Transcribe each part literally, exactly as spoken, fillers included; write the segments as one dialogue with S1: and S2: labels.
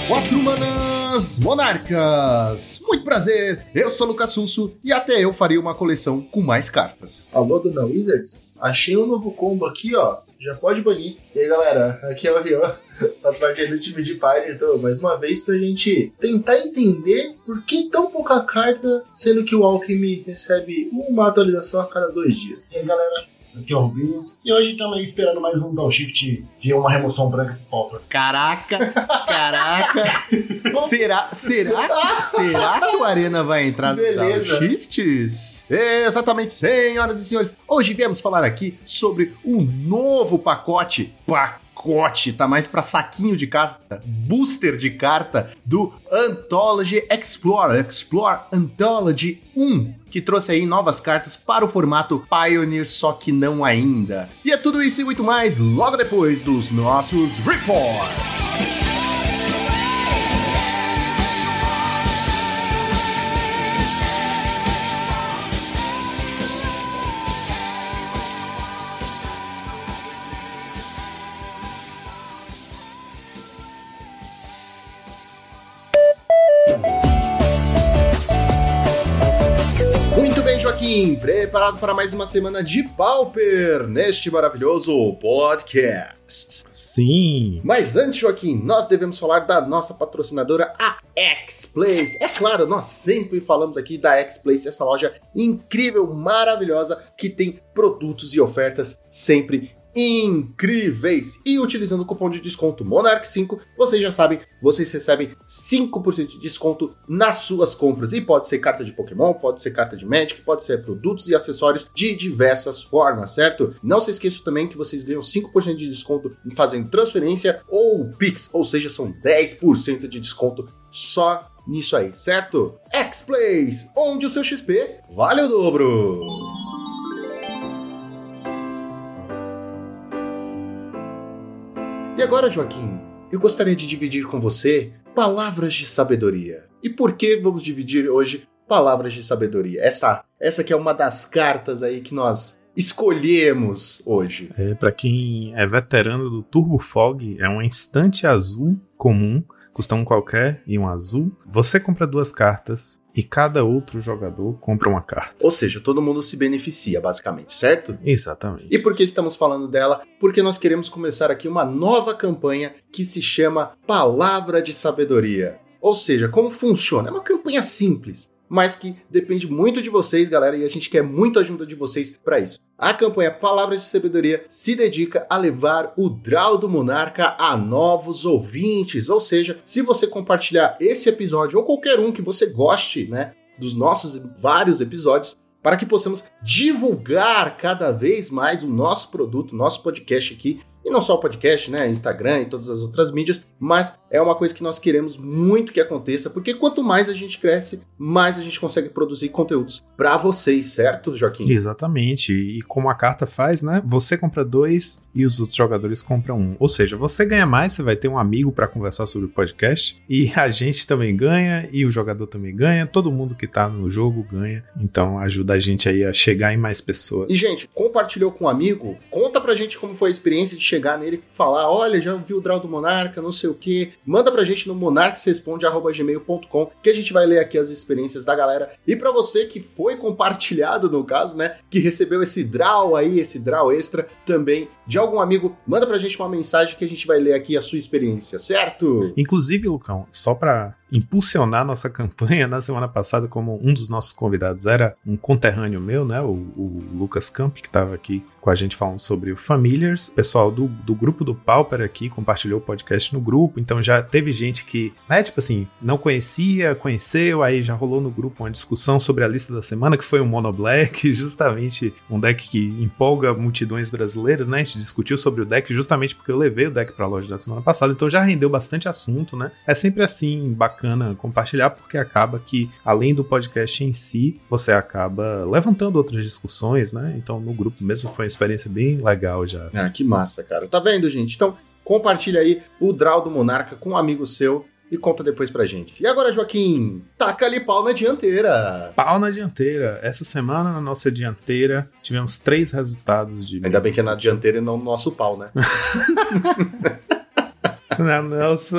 S1: Quatro manas monarcas! Muito prazer, eu sou o Lucas Susso e até eu faria uma coleção com mais cartas.
S2: Alô, Dona Wizards? Achei um novo combo aqui, ó. Já pode banir. E aí, galera, aqui é o Rian, faço parte do time de Pioneer, então, mais uma vez pra gente tentar entender por que tão pouca carta, sendo que o Alchemy recebe uma atualização a cada dois dias.
S3: E aí, galera, aqui é o Rubinho. E hoje estamos aí esperando mais um downshift de uma remoção branca pro Pauper.
S1: Caraca, caraca. será, será, que, será que o Arena vai entrar nos downshifts? Exatamente, senhoras e senhores. Hoje viemos falar aqui sobre o novo pacote, pacote, tá mais pra saquinho de carta, booster de carta do Anthology Explorer, Explore Anthology um, que trouxe aí novas cartas para o formato Pioneer, só que não ainda. E é tudo isso e muito mais logo depois dos nossos reports. Joaquim, preparado para mais uma semana de Pauper neste maravilhoso podcast?
S4: Sim!
S1: Mas antes, Joaquim, nós devemos falar da nossa patrocinadora, a X-Place. É claro, nós sempre falamos aqui da X-Place, essa loja incrível, maravilhosa, que tem produtos e ofertas sempre incríveis. E utilizando o cupom de desconto Monark cinco, vocês já sabem, vocês recebem cinco por cento de desconto nas suas compras. E pode ser carta de Pokémon, pode ser carta de Magic, pode ser produtos e acessórios de diversas formas, certo? Não se esqueçam também que vocês ganham cinco por cento de desconto fazendo transferência ou Pix, ou seja, são dez por cento de desconto só nisso aí, certo? X-Place, onde o seu X P vale o dobro! E agora, Joaquim, eu gostaria de dividir com você palavras de sabedoria. E por que vamos dividir hoje palavras de sabedoria? Essa, essa que é uma das cartas aí que nós escolhemos hoje.
S4: É, para quem é veterano do Turbo Fog, é um instante azul comum, custa um qualquer e um azul. Você compra duas cartas e cada outro jogador compra uma carta.
S1: Ou seja, todo mundo se beneficia, basicamente, certo?
S4: Exatamente.
S1: E por que estamos falando dela? Porque nós queremos começar aqui uma nova campanha que se chama Palavra de Sabedoria. Ou seja, como funciona? É uma campanha simples, mas que depende muito de vocês, galera, e a gente quer muito a ajuda de vocês para isso. A campanha Palavras de Sabedoria se dedica a levar o Draw do Monarca a novos ouvintes, ou seja, se você compartilhar esse episódio ou qualquer um que você goste, né, dos nossos vários episódios, para que possamos divulgar cada vez mais o nosso produto, o nosso podcast aqui, e não só o podcast, né, Instagram e todas as outras mídias, mas é uma coisa que nós queremos muito que aconteça, porque quanto mais a gente cresce, mais a gente consegue produzir conteúdos para vocês, certo, Joaquim?
S4: Exatamente, e como a carta faz, né, você compra dois e os outros jogadores compram um, ou seja, você ganha mais, você vai ter um amigo para conversar sobre o podcast, e a gente também ganha, e o jogador também ganha, todo mundo que tá no jogo ganha, então ajuda a gente aí a chegar em mais pessoas.
S1: E gente, compartilhou com um amigo, conta pra gente como foi a experiência de chegar nele e falar, olha, já vi o Draw do Monarca, não sei o que, manda pra gente no monarquesresponde arroba gmail ponto com, que a gente vai ler aqui as experiências da galera. E pra você que foi compartilhado, no caso, né, que recebeu esse Draw aí, esse Draw extra também de algum amigo, manda pra gente uma mensagem que a gente vai ler aqui a sua experiência, certo?
S4: Inclusive, Lucão, só pra impulsionar nossa campanha, na semana passada, como um dos nossos convidados era um conterrâneo meu, né, o, o Lucas Camp, que estava aqui com a gente falando sobre o Familiars, o pessoal do, do grupo do Pauper aqui compartilhou o podcast no grupo, então já teve gente que, né, tipo assim, não conhecia, conheceu, aí já rolou no grupo uma discussão sobre a lista da semana, que foi o Mono Black, justamente um deck que empolga multidões brasileiras, né, a gente discutiu sobre o deck justamente porque eu levei o deck pra loja da semana passada, então já rendeu bastante assunto, né, é sempre assim, bacana compartilhar, porque acaba que, além do podcast em si, você acaba levantando outras discussões, né? Então, no grupo mesmo foi uma experiência bem legal já. Assim.
S1: Ah, que massa, cara. Tá vendo, gente? Então, compartilha aí o Draw do Monarca com um amigo seu e conta depois pra gente. E agora, Joaquim, taca ali pau na dianteira.
S4: Pau na dianteira. Essa semana, na nossa dianteira, tivemos três resultados de...
S1: Ainda bem que é na dianteira e não no nosso pau, né?
S4: Na nossa...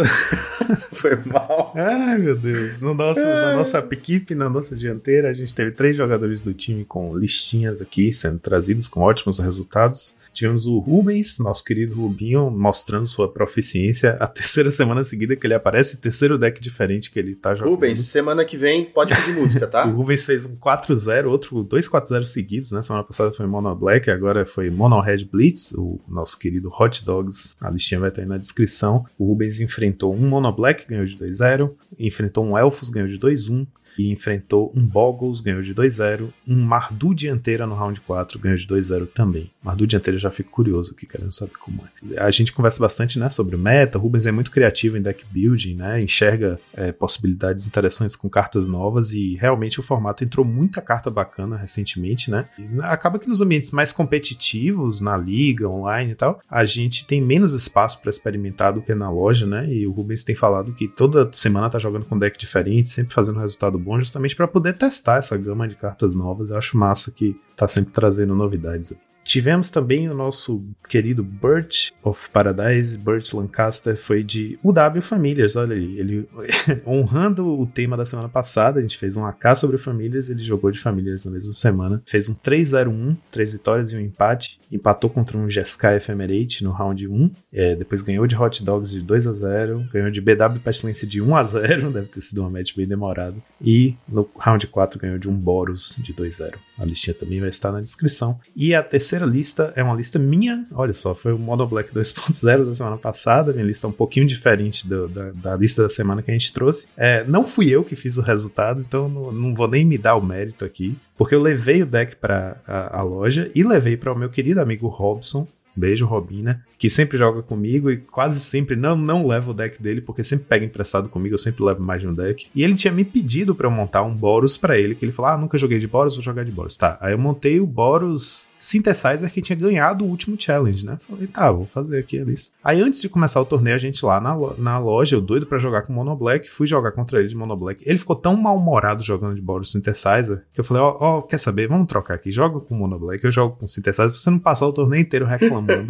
S1: Foi mal.
S4: Ai, meu Deus. No nosso, na nossa equipe, na nossa dianteira, a gente teve três jogadores do time com listinhas aqui sendo trazidos com ótimos resultados. Tivemos o Rubens, nosso querido Rubinho, mostrando sua proficiência a terceira semana seguida que ele aparece, terceiro deck diferente que ele tá jogando.
S1: Rubens, semana que vem pode pedir música, tá?
S4: O Rubens fez um quatro zero, outro dois quatro zero seguidos, né? Semana passada foi Mono Black, agora foi Mono Red Blitz, o nosso querido Hot Dogs, a listinha vai estar aí na descrição. O Rubens enfrentou um Mono Black, ganhou de dois zero, enfrentou um Elfos, ganhou de dois um, e enfrentou um Boggles, ganhou de dois zero, um Mardu dianteira no round quatro, ganhou de dois zero também. Mardu dianteira, já fico curioso aqui, querendo saber como é. A gente conversa bastante, né, sobre o meta, o Rubens é muito criativo em deck building, né, enxerga é, possibilidades interessantes com cartas novas e realmente o formato entrou muita carta bacana recentemente, né, e acaba que nos ambientes mais competitivos, na liga, online e tal, a gente tem menos espaço para experimentar do que na loja, né, e o Rubens tem falado que toda semana tá jogando com deck diferente, sempre fazendo resultado bom, justamente para poder testar essa gama de cartas novas. Eu acho massa que tá sempre trazendo novidades. Tivemos também o nosso querido Burt of Paradise, Burt Lancaster, foi de U W Familiars, olha aí, ele honrando o tema da semana passada, a gente fez um A K sobre Familiars, ele jogou de Familiars na mesma semana, fez um três zero um, três vitórias e um empate, empatou contra um Jeskai Ephemerate no round um, é, depois ganhou de Hot Dogs de dois a zero, ganhou de B W Pestilence de um a zero, deve ter sido uma match bem demorada, e no round quatro ganhou de um Boros de dois a zero. A listinha também vai estar na descrição. E a terceira lista é uma lista minha, olha só, foi o Mono Black dois ponto zero da semana passada, minha lista é um pouquinho diferente do, da, da lista da semana que a gente trouxe. É, não fui eu que fiz o resultado, então não, não vou nem me dar o mérito aqui, porque eu levei o deck para a, a loja e levei para o meu querido amigo Robson. Beijo, Robina, que sempre joga comigo e quase sempre não, não leva o deck dele, porque sempre pega emprestado comigo, eu sempre levo mais de um deck. E ele tinha me pedido pra eu montar um Boros pra ele, que ele falou, ah, nunca joguei de Boros, vou jogar de Boros. Tá, aí eu montei o Boros Synthesizer que tinha ganhado o último challenge, né? Falei, tá, vou fazer aqui a lista. Aí antes de começar o torneio, a gente lá na, lo- na loja, eu doido pra jogar com Mono Black, fui jogar contra ele de Mono Black. Ele ficou tão mal-humorado jogando de Boros Synthesizer, que eu falei, ó, ó, quer saber? Vamos trocar aqui, joga com Mono Black, eu jogo com Synthesizer, pra você não passar o torneio inteiro reclamando.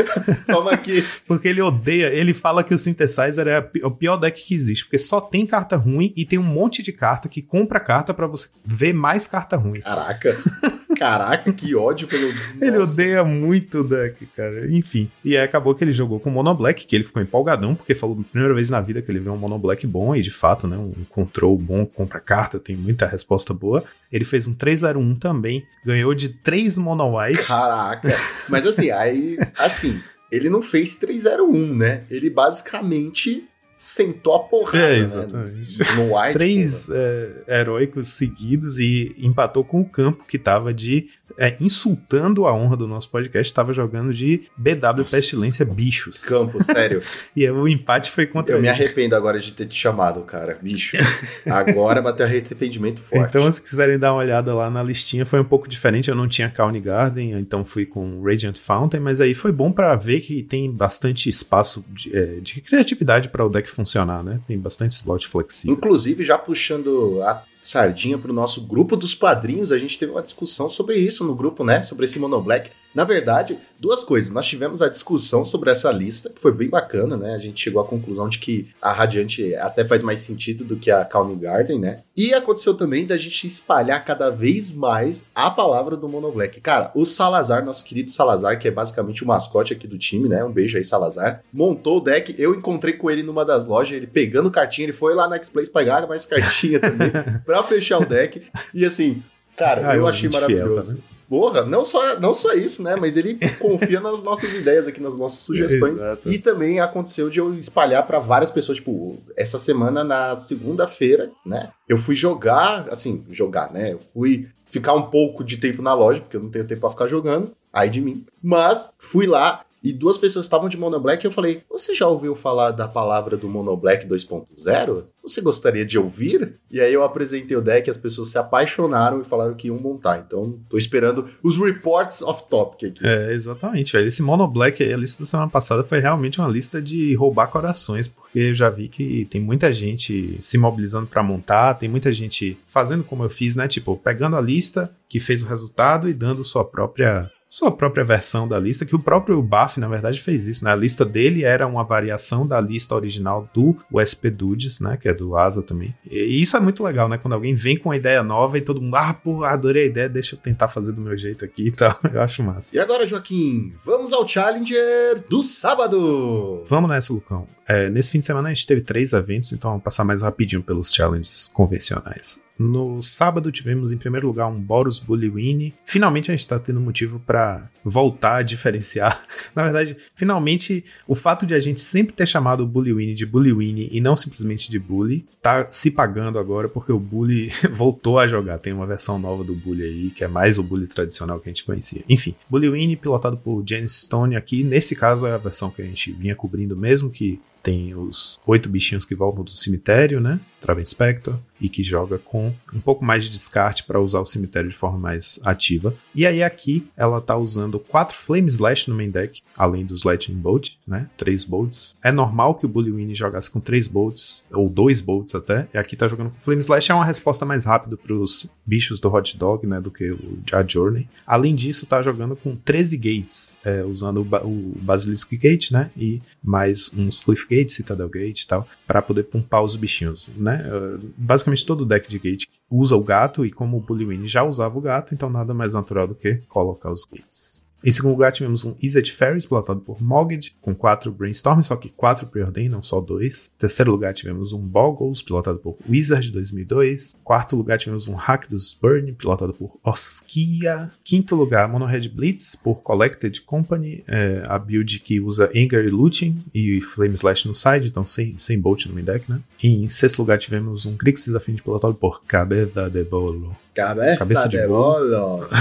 S1: Toma aqui.
S4: Porque ele odeia, ele fala que o Synthesizer é a pi- o pior deck que existe, porque só tem carta ruim e tem um monte de carta que compra carta pra você ver mais carta ruim.
S1: Caraca. Caraca, que ódio pelo...
S4: Ele
S1: Nossa.
S4: odeia muito o deck, cara. Enfim. E aí acabou que ele jogou com o Mono Black, que ele ficou empolgadão, porque falou primeira vez na vida que ele viu um Mono Black bom, e de fato, né, um control bom, compra carta, tem muita resposta boa. Ele fez um três zero um também, ganhou de três Mono White.
S1: Caraca. Mas assim, aí... Assim, ele não fez três zero um, né? Ele basicamente... sentou a porrada,
S4: É,
S1: né?
S4: exatamente.
S1: No white,
S4: Três é, heróicos seguidos e empatou com o campo que tava de é, insultando a honra do nosso podcast, tava jogando de B W
S1: Nossa.
S4: Pestilência Bichos.
S1: campo, sério.
S4: E aí, o empate foi contra
S1: Eu
S4: ele.
S1: me arrependo agora de ter te chamado, cara. Bicho. Agora bateu arrependimento forte.
S4: Então, se quiserem dar uma olhada lá na listinha, foi um pouco diferente. Eu não tinha Kauni Garden, então fui com Radiant Fountain, mas aí foi bom pra ver que tem bastante espaço de, é, de criatividade para o deck funcionar, né? Tem bastante slot flexível.
S1: Inclusive, já puxando a sardinha pro nosso grupo dos padrinhos, a gente teve uma discussão sobre isso no grupo, né? Sobre esse Mono Black. Na verdade, duas coisas. Nós tivemos a discussão sobre essa lista, que foi bem bacana, né? A gente chegou à conclusão de que a Radiante até faz mais sentido do que a Kauni Garden, né? E aconteceu também da gente espalhar cada vez mais a palavra do Mono Black. Cara, o Salazar, nosso querido Salazar, que é basicamente o mascote aqui do time, né? Um beijo aí, Salazar. Montou o deck, eu encontrei com ele numa das lojas, ele pegando cartinha, ele foi lá na X-Plays pegar mais cartinha também, pra fechar o deck. E assim, cara,
S4: Ah,
S1: eu
S4: eu
S1: achei
S4: muito fiel,
S1: maravilhoso.
S4: tá, né?
S1: Porra, não só, não só isso, né? Mas ele confia nas nossas ideias aqui, nas nossas sugestões.
S4: Exato.
S1: E também aconteceu de eu espalhar pra várias pessoas. Tipo, essa semana, na segunda-feira, né? Eu fui jogar, assim, jogar, né? Eu fui ficar um pouco de tempo na loja, porque eu não tenho tempo pra ficar jogando. Ai de mim. Mas fui lá e duas pessoas estavam de Mono Black e eu falei, você já ouviu falar da palavra do Mono Black dois ponto zero? Você gostaria de ouvir? E aí eu apresentei o deck, as pessoas se apaixonaram e falaram que iam montar. Então, tô esperando os reports off topic aqui.
S4: É, exatamente, velho. Esse Mono Black, a lista da semana passada foi realmente uma lista de roubar corações, porque eu já vi que tem muita gente se mobilizando pra montar, tem muita gente fazendo como eu fiz, né? Tipo, pegando a lista que fez o resultado e dando sua própria sua própria versão da lista, que o próprio Baf, na verdade, fez isso, né? A lista dele era uma variação da lista original do U S P Dudes, né? Que é do Asa também. E isso é muito legal, né? Quando alguém vem com uma ideia nova e todo mundo, ah, pô, adorei a ideia, deixa eu tentar fazer do meu jeito aqui e tal. Eu acho massa.
S1: E agora, Joaquim, vamos ao Challenger do sábado!
S4: Vamos nessa, Lucão. É, nesse fim de semana a gente teve três eventos, então vamos passar mais rapidinho pelos challenges convencionais. No sábado tivemos em primeiro lugar um Boros Bullywine. Finalmente a gente tá tendo motivo pra voltar a diferenciar. Na verdade, finalmente o fato de a gente sempre ter chamado o Bullywine de Bullywine e não simplesmente de Bully, tá se pagando agora porque o Bully voltou a jogar. Tem uma versão nova do Bully aí, que é mais o Bully tradicional que a gente conhecia. Enfim, Bullywine pilotado por Janice Stone aqui. Nesse caso é a versão que a gente vinha cobrindo mesmo, que tem os oito bichinhos que voltam do cemitério, né? Traven Spector, e que joga com um pouco mais de descarte para usar o cemitério de forma mais ativa. E aí aqui ela tá usando quatro Flame Slash no main deck, além dos Lightning Bolt, né? Três Bolts. É normal que o Bullywine jogasse com três Bolts, ou dois Bolts até, e aqui tá jogando com Flame Slash, é uma resposta mais rápida pros bichos do Hot Dog, né? Do que o Jar Journey. Além disso, tá jogando com treze Gates, é, usando o, ba o Basilisk Gate, né? E mais uns Cliff Gate, Citadel Gate e tal, para poder pumpar os bichinhos, né? Uh, basicamente todo o deck de Gate usa o gato, e como o Bullywine já usava o gato, então nada mais natural do que colocar os Gates. Em segundo lugar, tivemos um Izzet Ferris, pilotado por Mogged, com quatro Brainstorm, só que quatro Preordain, não só dois. Em terceiro lugar, tivemos um Boggles, pilotado por Wizard dois mil e dois. Em quarto lugar, tivemos um Rakdos Burn, pilotado por Oskia. Quinto lugar, Monohead Blitz, por Collected Company, é, a build que usa Anger e Looting e Flame Slash no side, então sem, sem Bolt no main deck, né? E em sexto lugar, tivemos um Grixis Affinity, pilotado por Cabeça de Bolo.
S1: Cabeça, Cabeça de, de Bolo. bolo.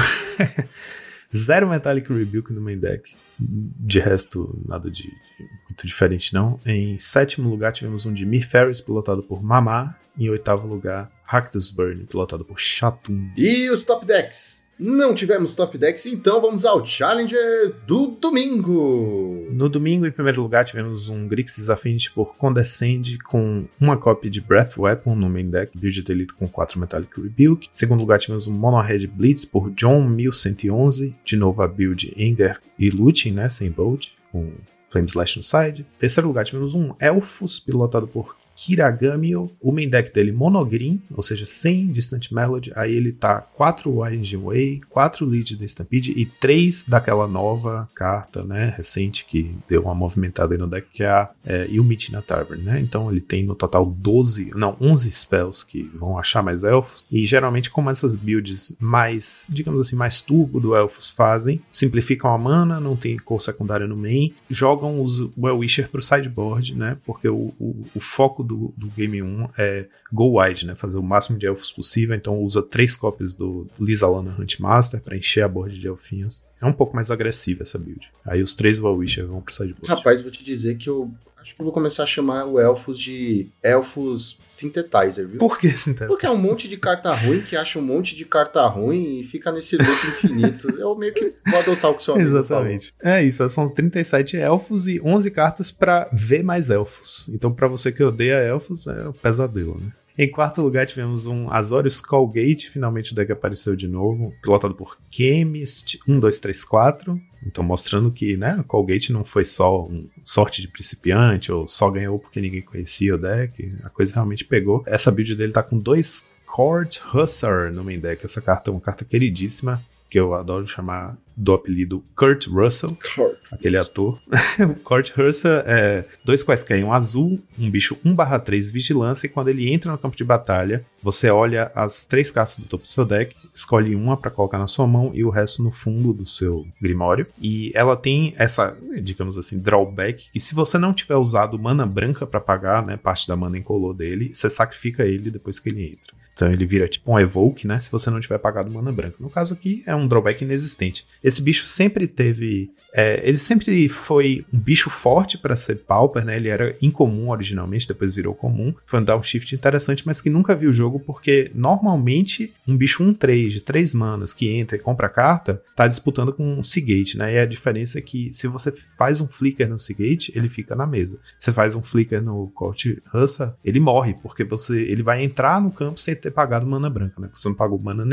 S4: Zero Metallic Rebuke no main deck. De resto, nada de, de muito diferente, não. Em sétimo lugar, tivemos um Dimir Ferris, pilotado por Mamá. Em oitavo lugar, Rakdos Burn, pilotado por Chatum.
S1: E os top decks? Não tivemos top decks, então vamos ao Challenger do domingo.
S4: No domingo, em primeiro lugar, tivemos um Grixis Affinity por Condescend com uma cópia de Breath Weapon no main deck, build de elite com quatro Metallic Rebuke. Em segundo lugar, tivemos um Monohead Blitz por John mil cento e onze, de novo a build Anger e Looting, né, sem Bolt, com Flame Slash no side. Em terceiro lugar, tivemos um Elfos, pilotado por Kiragamio, o main deck dele monogreen, ou seja, sem Distant Melody, aí ele tá quatro Winding Way, quatro Lead da Stampede e três daquela nova carta, né, recente, que deu uma movimentada aí no deck, que é a é, Ilmitina Tavern, né, então ele tem no total doze, não, onze spells que vão achar mais elfos, e geralmente como essas builds mais, digamos assim, mais turbo do elfos fazem, simplificam a mana, não tem cor secundária no main, jogam os Well-Wisher pro sideboard, né, porque o, o, o foco Do, do Game um é go wide, né? Fazer o máximo de elfos possível, então usa três cópias do Lysalana Huntmaster para encher a board de elfinhos. É um pouco mais agressiva essa build. Aí os três Well-Wisher vão pro sideboard.
S1: Rapaz, vou te dizer que eu acho que eu vou começar a chamar o Elfos de Elfos Synthetizer, viu?
S4: Por que Synthetizer?
S1: Porque é um monte de carta ruim que acha um monte de carta ruim e fica nesse loop infinito. Eu meio que vou adotar o que o seu amigo
S4: Exatamente. Falou. É isso, são trinta e sete elfos e onze cartas pra ver mais elfos. Então pra você que odeia elfos, é um pesadelo, né? Em quarto lugar tivemos um Azorius Callgate, finalmente o deck apareceu de novo, pilotado por Chemist um dois três quatro, então mostrando que, né, o Callgate não foi só um sorte de principiante ou só ganhou porque ninguém conhecia o deck, a coisa realmente pegou. Essa build dele tá com dois Court Hussar no main deck, essa carta é uma carta queridíssima, que eu adoro chamar do apelido Kurt Russell, Kurt. Aquele ator. O Kurt Russell é dois quaisquer, um azul, um bicho um barra três vigilância, e quando ele entra no campo de batalha, você olha as três cartas do topo do seu deck, escolhe uma pra colocar na sua mão e o resto no fundo do seu grimório, e ela tem essa, digamos assim, drawback, que se você não tiver usado mana branca pra pagar, né, parte da mana incolor dele, você sacrifica ele depois que ele entra. Então ele vira tipo um Evoke, né? Se você não tiver pagado mana branca. No caso aqui, é um drawback inexistente. Esse bicho sempre teve... É, ele sempre foi um bicho forte para ser Pauper, né? Ele era incomum originalmente, depois virou comum. Foi um downshift interessante, mas que nunca viu o jogo, porque normalmente um bicho um três de três manas que entra e compra carta, tá disputando com um Seagate, né? E a diferença é que se você faz um Flicker no Seagate, ele fica na mesa. Se você faz um Flicker no Court Hussar, ele morre, porque você, ele vai entrar no campo sem ter pagado mana branca, né? Porque você não pagou mana nenhuma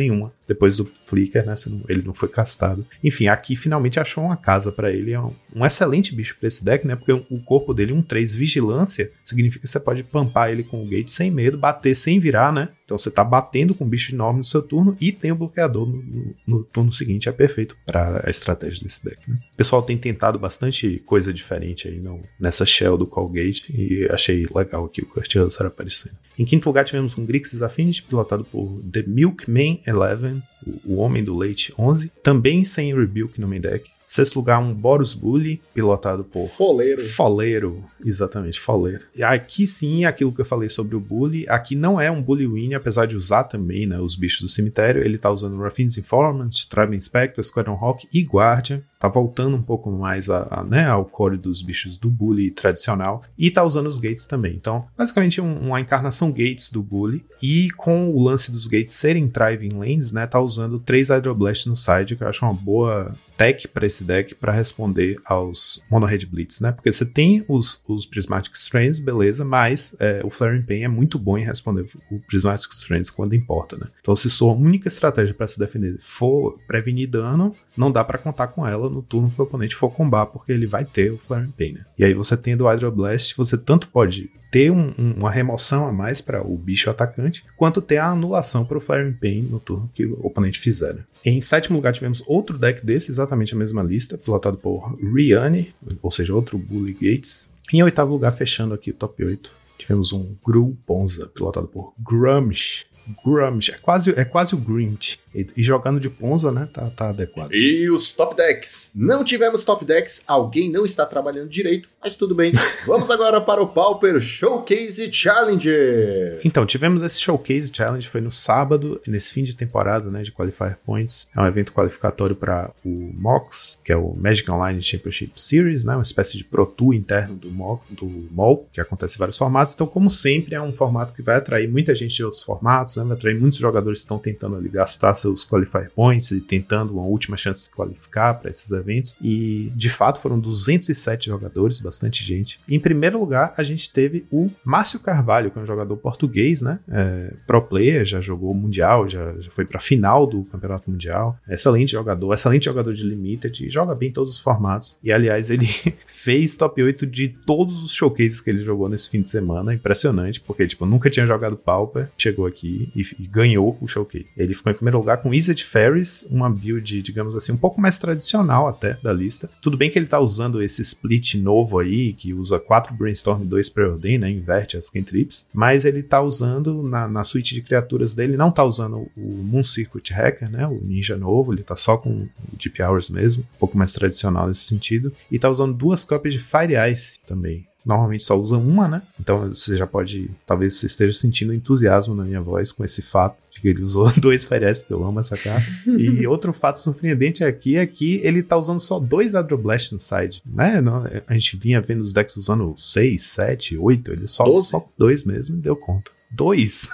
S4: depois do Flicker, né? Ele não foi castado. Enfim, aqui finalmente achou uma casa pra ele. É um, um excelente bicho pra esse deck, né? Porque o corpo dele, um três vigilância, significa que você pode pampar ele com o gate sem medo, bater sem virar, né? Então você tá batendo com um bicho enorme no seu turno e tem o bloqueador no, no, no turno seguinte. É perfeito pra a estratégia desse deck, né? O pessoal tem tentado bastante coisa diferente aí no, nessa shell do Callgate e achei legal aqui o Kurt Russell aparecendo. Em quinto lugar tivemos um Grixis Affinity, pilotado por The Milkman Eleven, o, o Homem do Leite onze, também sem Rebuke no main deck. Sexto lugar, um Boros Bully, pilotado por...
S1: Foleiro.
S4: Foleiro, exatamente, Foleiro. E aqui sim, aquilo que eu falei sobre o Bully, aqui não é um Bully Win, apesar de usar também, né, os bichos do cemitério. Ele tá usando Raffine's Informant, Tribe Inspector, Squadron Hawk e Guardian. Tá voltando um pouco mais a, a, né, ao core dos bichos do Bully tradicional. E tá usando os Gates também. Então, basicamente, um, uma encarnação Gates do Bully. E com o lance dos Gates serem Thriving Lands, né, tá usando três Hydroblast no side, que eu acho uma boa tech para esse deck para responder aos Mono Red Blitz, né? Porque você tem os, os Prismatic Strands, beleza, mas é, o Flaring Pain é muito bom em responder o Prismatic Strands quando importa, né? Então, se sua única estratégia para se defender for prevenir dano, não dá para contar com ela no turno que o oponente for combar, porque ele vai ter o Flaring Pain, né? E aí você tendo o Hydroblast, você tanto pode ter um, um, uma remoção a mais para o bicho atacante, quanto ter a anulação para o Flaring Pain no turno que o oponente fizer, né? Em sétimo lugar tivemos outro deck desse, exatamente a mesma lista, pilotado por Riane, ou seja, outro Bully Gates. Em oitavo lugar, fechando aqui o top oito, tivemos um Gru Ponza, pilotado por Grumsh. Grumsh, é quase, é quase o Grinch. E, e jogando de Ponza, né, tá, tá adequado.
S1: E os top decks? Não tivemos top decks, alguém não está trabalhando direito, mas tudo bem. Vamos agora para o Pauper Showcase Challenger.
S4: Então, tivemos esse Showcase Challenge, foi no sábado, nesse fim de temporada, né, de Qualifier Points. É um evento qualificatório para o M O X, que é o Magic Online Championship Series, né, uma espécie de Pro Tour interno do M O C, do M O L, que acontece em vários formatos. Então, como sempre, é um formato que vai atrair muita gente de outros formatos, né, vai atrair muitos jogadores que estão tentando ali gastar seus Qualifier Points e tentando uma última chance de se qualificar para esses eventos. E, de fato, foram duzentos e sete jogadores, bastante gente. E, em primeiro lugar, a gente teve o Márcio Carvalho, que é um jogador português, né? É, pro player, já jogou Mundial, já, já foi para a final do Campeonato Mundial. Excelente jogador, excelente jogador de Limited, joga bem em todos os formatos. E, aliás, ele fez top oito de todos os showcases que ele jogou nesse fim de semana. Impressionante, porque, tipo, nunca tinha jogado Pauper, chegou aqui e, e ganhou o showcase. Ele ficou em primeiro lugar com Wizard Fairies, uma build, digamos assim, um pouco mais tradicional até da lista. Tudo bem que ele tá usando esse split novo aí, que usa quatro Brainstorm e dois Preordain, né, inverte as cantrips, mas ele tá usando, na, na suíte de criaturas dele, não tá usando o Moon Circuit Hacker, né, o ninja novo, ele tá só com o Deep Hours mesmo, um pouco mais tradicional nesse sentido, e tá usando duas cópias de Fire Ice também. Normalmente só usa uma, né? Então você já pode... Talvez você esteja sentindo entusiasmo na minha voz com esse fato de que ele usou dois Fire Ice, porque eu amo essa carta. E outro fato surpreendente aqui é que ele tá usando só dois Hydroblast no side, né? A gente vinha vendo os decks usando seis, sete, oito, ele só, só dois mesmo e deu conta. Dois?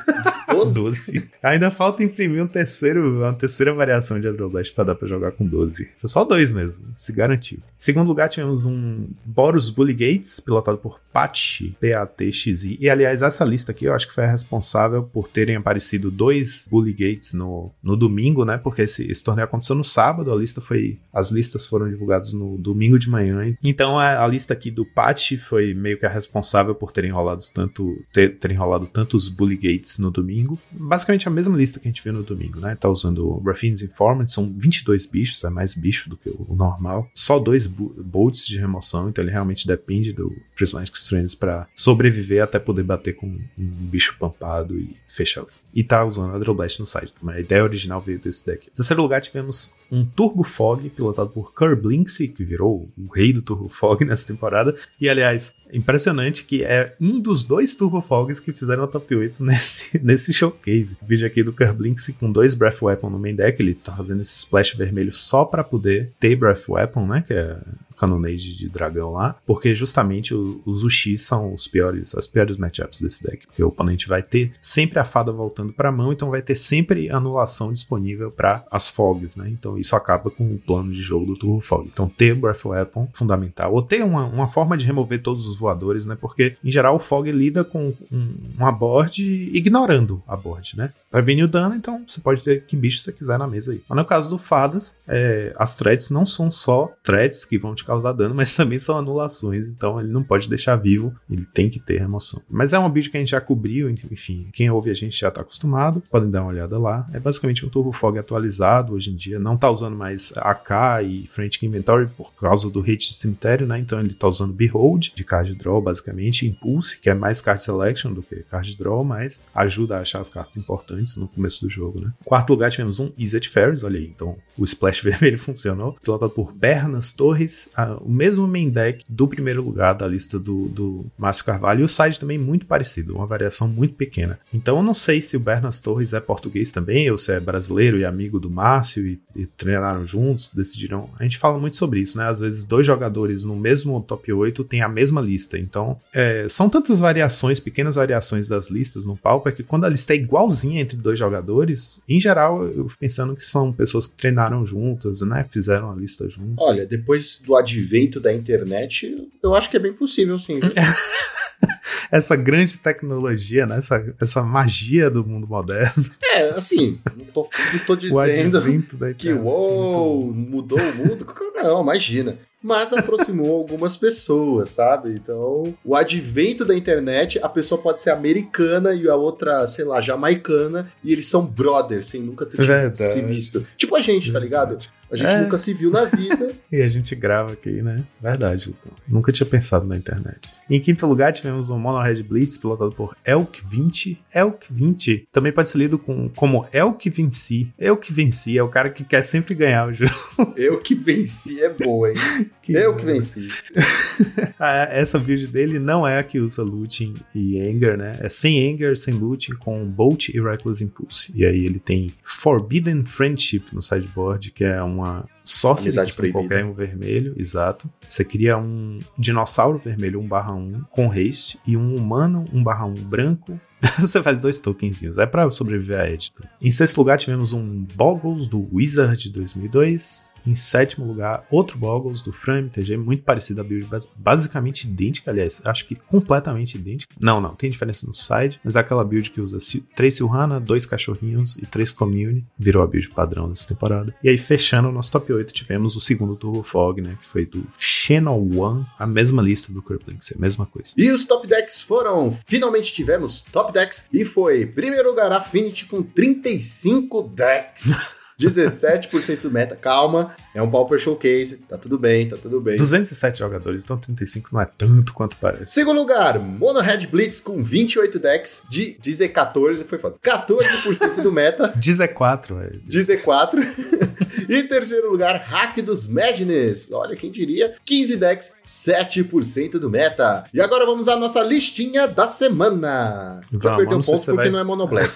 S4: doze. Ainda falta imprimir um terceiro, uma terceira variação de Hydroblast pra dar pra jogar com doze. Foi só dois mesmo, se garantiu. Em segundo lugar, tivemos um Boros Bully Gates, pilotado por Patchy, P A T X I. E, aliás, essa lista aqui eu acho que foi a responsável por terem aparecido dois Bully Gates no, no domingo, né? Porque esse, esse torneio aconteceu no sábado, a lista foi... As listas foram divulgadas no domingo de manhã. Então, a, a lista aqui do Patchy foi meio que a responsável por terem rolado tanto, ter, terem rolado tantos Bully Gates no domingo. Basicamente a mesma lista que a gente viu no domingo, né? Tá usando Raffine's Informant, são vinte e dois bichos, é mais bicho do que o normal. Só dois bolts de remoção, então ele realmente depende do Prismatic Strands para sobreviver até poder bater com um bicho pampado e fechar. E tá usando Hydroblast no site. A ideia original veio desse deck. Em terceiro lugar, tivemos um Turbo Fog, pilotado por Kerblinksy, que virou o rei do Turbo Fog nessa temporada. E, aliás, impressionante que é um dos dois Turbo Fogs que fizeram a top oito nesse, nesse showcase. O vídeo aqui do Kerblinksy com dois Breath Weapon no main deck. Ele tá fazendo esse splash vermelho só pra poder ter Breath Weapon, né? Que é Canonade de dragão lá, porque justamente o, os Uxis são os piores, as piores matchups desse deck, porque o oponente vai ter sempre a fada voltando pra mão, então vai ter sempre anulação disponível para as fogs, né? Então isso acaba com o plano de jogo do Turbo Fog. Então ter Breath Weapon fundamental, ou ter uma, uma forma de remover todos os voadores, né? Porque em geral o Fog lida com um, uma board ignorando a board, né? Vai vir o dano, então você pode ter que bicho você quiser na mesa aí. Mas no caso do Fadas, é, as threats não são só threats que vão te causar dano, mas também são anulações, então ele não pode deixar vivo, ele tem que ter remoção. Mas é uma build que a gente já cobriu, enfim, quem ouve a gente já tá acostumado, podem dar uma olhada lá. É basicamente um Turbo Fog atualizado hoje em dia, não tá usando mais A K e Frantic Inventory por causa do hate de cemitério, né? Então ele tá usando Behold de card draw, basicamente, Impulse, que é mais card selection do que card draw, mas ajuda a achar as cartas importantes no começo do jogo, né? Em quarto lugar tivemos um Izzet Ferris, olha aí, então o splash vermelho funcionou, pilotado por Bernas Torres, a, o mesmo main deck do primeiro lugar da lista do, do Márcio Carvalho, e o side também muito parecido, uma variação muito pequena. Então eu não sei se o Bernas Torres é português também, ou se é brasileiro e amigo do Márcio e, e treinaram juntos, decidiram. A gente fala muito sobre isso, né? Às vezes dois jogadores no mesmo top oito têm a mesma lista, então é, são tantas variações, pequenas variações das listas no Pauper, que quando a lista é igualzinha entre dois jogadores, em geral eu fico pensando que são pessoas que treinaram juntas, né? Fizeram a lista juntos.
S1: Olha, depois do advento da internet, eu acho que é bem possível, sim.
S4: Essa grande tecnologia, né? Essa, essa magia do mundo moderno.
S1: É, assim, não tô, não tô dizendo que uou, mudou o mundo. Não, imagina. Mas aproximou algumas pessoas, sabe? Então, o advento da internet, a pessoa pode ser americana e a outra, sei lá, jamaicana, e eles são brothers, sem nunca ter tido, se visto. Tipo a gente, tá ligado? A gente é. nunca se viu na vida.
S4: E a gente grava aqui, né? Verdade, Lucão. Nunca tinha pensado na internet. Em quinto lugar, tivemos um Mono Red Blitz, pilotado por Elk vinte. Elk vinte também pode ser lido com, como Elk Venci. Eu que venci, é o cara que quer sempre ganhar o jogo.
S1: Eu que venci é boa, hein? Que eu que venci.
S4: Essa build dele não é a que usa Looting e Anger, né? É sem Anger, sem Looting, com Bolt e Reckless Impulse. E aí ele tem Forbidden Friendship no sideboard, que é uma sorcery com qualquer um vermelho, exato. Você cria um dinossauro vermelho um barra um com haste e um humano um barra um branco. Você faz dois tokenzinhos, é pra sobreviver a Edito. Em sexto lugar tivemos um Boggles do Wizard dois mil e dois. Em sétimo lugar, outro Boggles do Fran M T G, muito parecido a build, basicamente idêntica, aliás, acho que completamente idêntica. Não, não, tem diferença no side, mas é aquela build que usa três Silhana, dois cachorrinhos e três Commune, virou a build padrão dessa temporada. E aí, fechando o nosso top oito, tivemos o segundo Turbo Fog, né, que foi do Channel One, a mesma lista do Kerplink, a mesma coisa.
S1: E os top decks foram, finalmente tivemos top decks, e foi, primeiro lugar, Affinity com trinta e cinco decks. dezessete por cento meta, calma, é um Pauper Showcase, tá tudo bem, tá tudo bem.
S4: duzentos e sete jogadores, então trinta e cinco não é tanto quanto parece.
S1: Segundo lugar, Mono Red Blitz com vinte e oito decks de dezesseis, foi foda, quatorze por cento do meta.
S4: dezesseis, velho.
S1: dezesseis. E terceiro lugar, Hack dos Madness, olha quem diria, quinze decks, sete por cento do meta. E agora vamos à nossa listinha da semana. Já vamos, perdeu um ponto porque vai... não é Mono Black.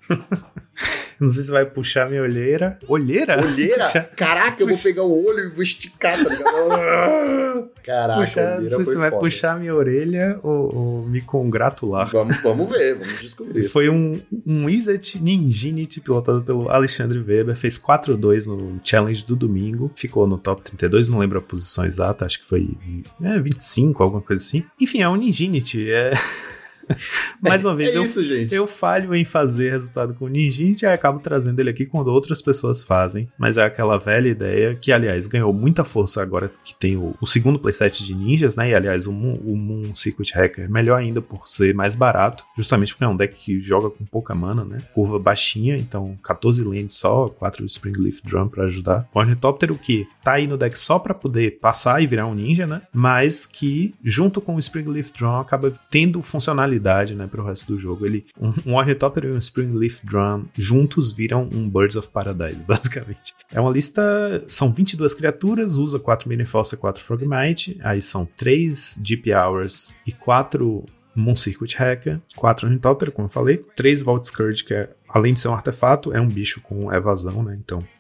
S4: Não sei se vai puxar minha olheira. Olheira?
S1: Olheira? Caraca, puxa. Eu vou pegar o olho e vou esticar, tá ligado? Caraca,
S4: puxa, não sei se você vai foda. Puxar minha orelha ou, ou me congratular.
S1: Vamos, vamos ver, vamos descobrir.
S4: Foi um, um Izzet Ninjinity pilotado pelo Alexandre Weber, fez quatro a dois no challenge do domingo, ficou no top trinta e dois, não lembro a posição exata, acho que foi é, vinte e cinco, alguma coisa assim. Enfim, é um Ninjinity, é... Mais uma vez,
S1: é
S4: eu,
S1: isso, gente.
S4: eu falho em fazer resultado com o Ninjinity e acabo trazendo ele aqui quando outras pessoas fazem, mas é aquela velha ideia que, aliás, ganhou muita força agora que tem o, o segundo playset de ninjas, né, e aliás o Moon, o Moon Circuit Hacker, melhor ainda por ser mais barato, justamente porque é um deck que joga com pouca mana, né, curva baixinha, então quatorze lands só, quatro Springleaf Drum pra ajudar. O Ornitóptero que tá aí no deck só pra poder passar e virar um ninja, né, mas que junto com o Springleaf Drum acaba tendo funcionalidade, né, para o resto do jogo. Ele, um, um Ornithopter e um Springleaf Drum juntos viram um Birds of Paradise, basicamente. É uma lista, são vinte e duas criaturas, usa quatro Minifossa e quatro Frogmite, aí são três Deep Hours e quatro Moon Circuit Hacker, quatro Ornithopter, como eu falei, três Vault Scourge, que é, além de ser um artefato, é um bicho com evasão, né, então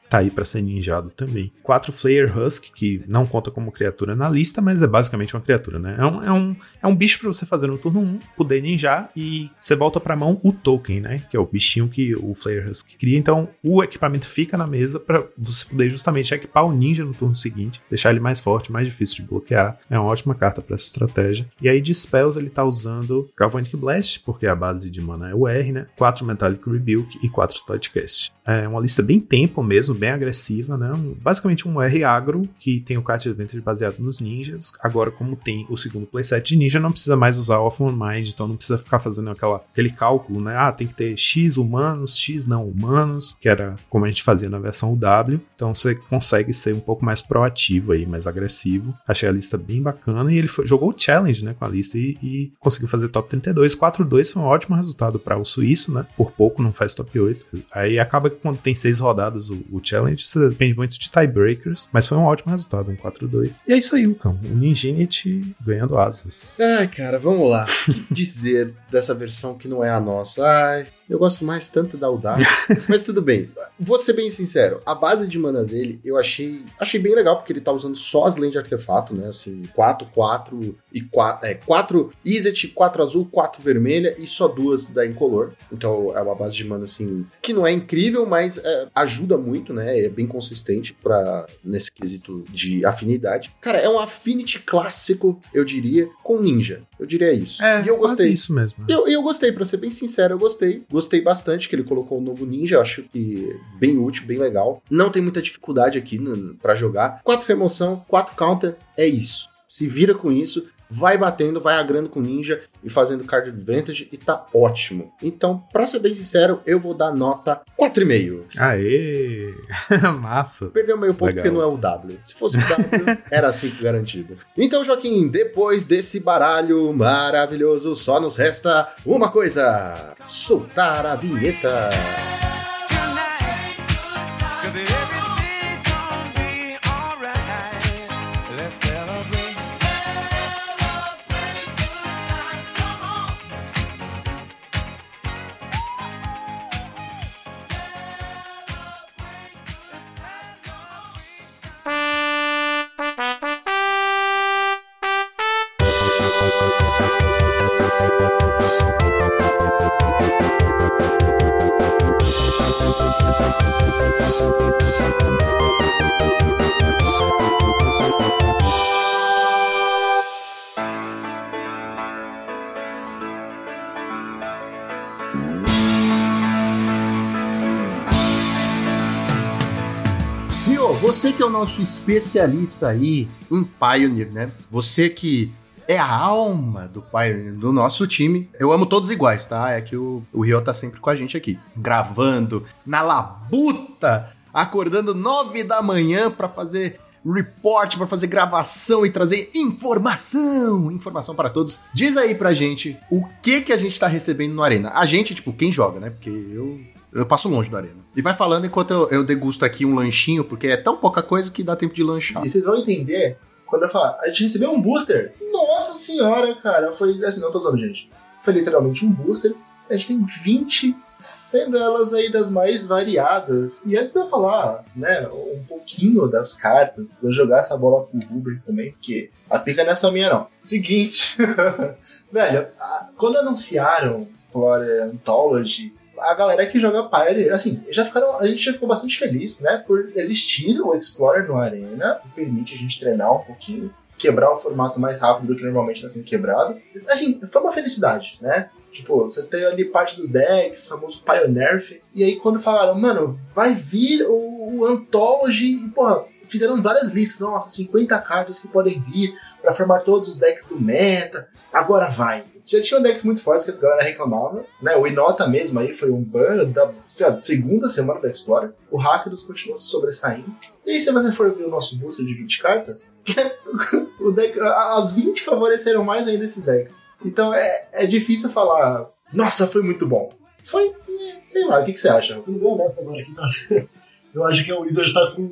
S4: tá aí pra ser ninjado também. quatro Flayer Husk, que não conta como criatura na lista, mas é basicamente uma criatura, né? É um, é um, é um bicho pra você fazer no turno um, poder ninjar, e você volta pra mão o token, né? Que é o bichinho que o Flayer Husk cria. Então, o equipamento fica na mesa pra você poder justamente equipar o ninja no turno seguinte, deixar ele mais forte, mais difícil de bloquear. É uma ótima carta pra essa estratégia. E aí, de spells, ele tá usando Galvanic Blast, porque a base de mana é o R, né? quatro Metallic Rebuke e quatro Touchcast. É uma lista bem tempo mesmo, bem agressiva, né? Um, basicamente um R agro, que tem o Card Advantage baseado nos ninjas. Agora, como tem o segundo playset de ninja, não precisa mais usar Off One Mind, então não precisa ficar fazendo aquela, aquele cálculo, né? Ah, tem que ter X humanos, X não humanos, que era como a gente fazia na versão W. Então você consegue ser um pouco mais proativo aí, mais agressivo. Achei a lista bem bacana, e ele foi, jogou o Challenge, né, com a lista e, e conseguiu fazer top trinta e dois. quatro dois foi um ótimo resultado para o suíço, né? Por pouco não faz top oito. Aí acaba que quando tem seis rodadas o, o Challenge, você depende muito de tiebreakers, mas foi um ótimo resultado, um quatro dois. E é isso aí, Lucão. O Ninjinity ganhando asas.
S1: Ai, cara, vamos lá. O que dizer dessa versão que não é a nossa? Ai, eu gosto mais tanto da Udar. Mas tudo bem. Vou ser bem sincero. A base de mana dele, eu achei achei bem legal, porque ele tá usando só as lentes de artefato, né? Assim, quatro, quatro e quatro. É, quatro Izzet, quatro azul, quatro vermelha e só duas da Incolor. Então é uma base de mana, assim, que não é incrível, mas é, ajuda muito, né? É bem consistente pra, nesse quesito de afinidade. Cara, é um Affinity clássico, eu diria, com ninja. Eu diria isso.
S4: É,
S1: e eu gostei.
S4: isso mesmo.
S1: Eu, eu gostei, pra ser bem sincero, eu gostei. Gostei bastante que ele colocou o novo ninja, eu acho que bem útil, bem legal. Não tem muita dificuldade aqui no, pra jogar. quatro remoção, quatro counter, é isso. Se vira com isso, vai batendo, vai agrando com ninja e fazendo card advantage e tá ótimo. Então, pra ser bem sincero, eu vou dar nota quatro vírgula cinco.
S4: Aê! Massa!
S1: Perdeu meio ponto
S4: Legal.
S1: porque não é o W. Se fosse o W, era cinco garantido. Então, Joaquim, depois desse baralho maravilhoso, só nos resta uma coisa: soltar a vinheta. Você que é o nosso especialista aí em Pioneer, né? Você que é a alma do Pioneer, do nosso time. Eu amo todos iguais, tá? É que o, o Rio tá sempre com a gente aqui, gravando na labuta, acordando nove da manhã pra fazer report, pra fazer gravação e trazer informação, informação para todos. Diz aí pra gente o que que a gente tá recebendo no Arena. A gente, tipo, quem joga, né? Porque eu... Eu passo longe do Arena. E vai falando enquanto eu, eu degusto aqui um lanchinho, porque é tão pouca coisa que dá tempo de lanchar.
S2: E vocês vão entender quando eu falar, a gente recebeu um booster. Nossa senhora, cara. Foi assim, não tô usando, gente. Foi literalmente um booster. A gente tem vinte, sendo elas aí das mais variadas. E antes de eu falar, né, um pouquinho das cartas, de eu jogar essa bola pro Rubens também, porque a pica não é só minha, não. Seguinte. Velho, a, quando anunciaram Explorer Anthology, a galera que joga Pioneer, assim, já ficaram, a gente já ficou bastante feliz, né, por existir o Explorer no Arena, que permite a gente treinar um pouquinho, quebrar o formato mais rápido do que normalmente está sendo quebrado. Assim, foi uma felicidade, né? Tipo, você tem ali parte dos decks, o famoso Pioneer, e aí quando falaram, mano, vai vir o, o Anthology, e porra, fizeram várias listas, nossa, cinquenta cartas que podem vir pra formar todos os decks do meta, agora vai. Já tinham decks muito fortes que a galera reclamava, né? O Inota mesmo aí foi um ban da sei lá, segunda semana da Explorer. O Rakdos continua se sobressaindo. E aí, se você for ver o nosso booster de vinte cartas, o deck, as vinte favoreceram mais ainda esses decks. Então é, é difícil falar, nossa, foi muito bom. Foi, sei lá, o que, que você acha?
S3: Sendo bem honesto agora aqui, tá? Eu acho que o Wizards tá com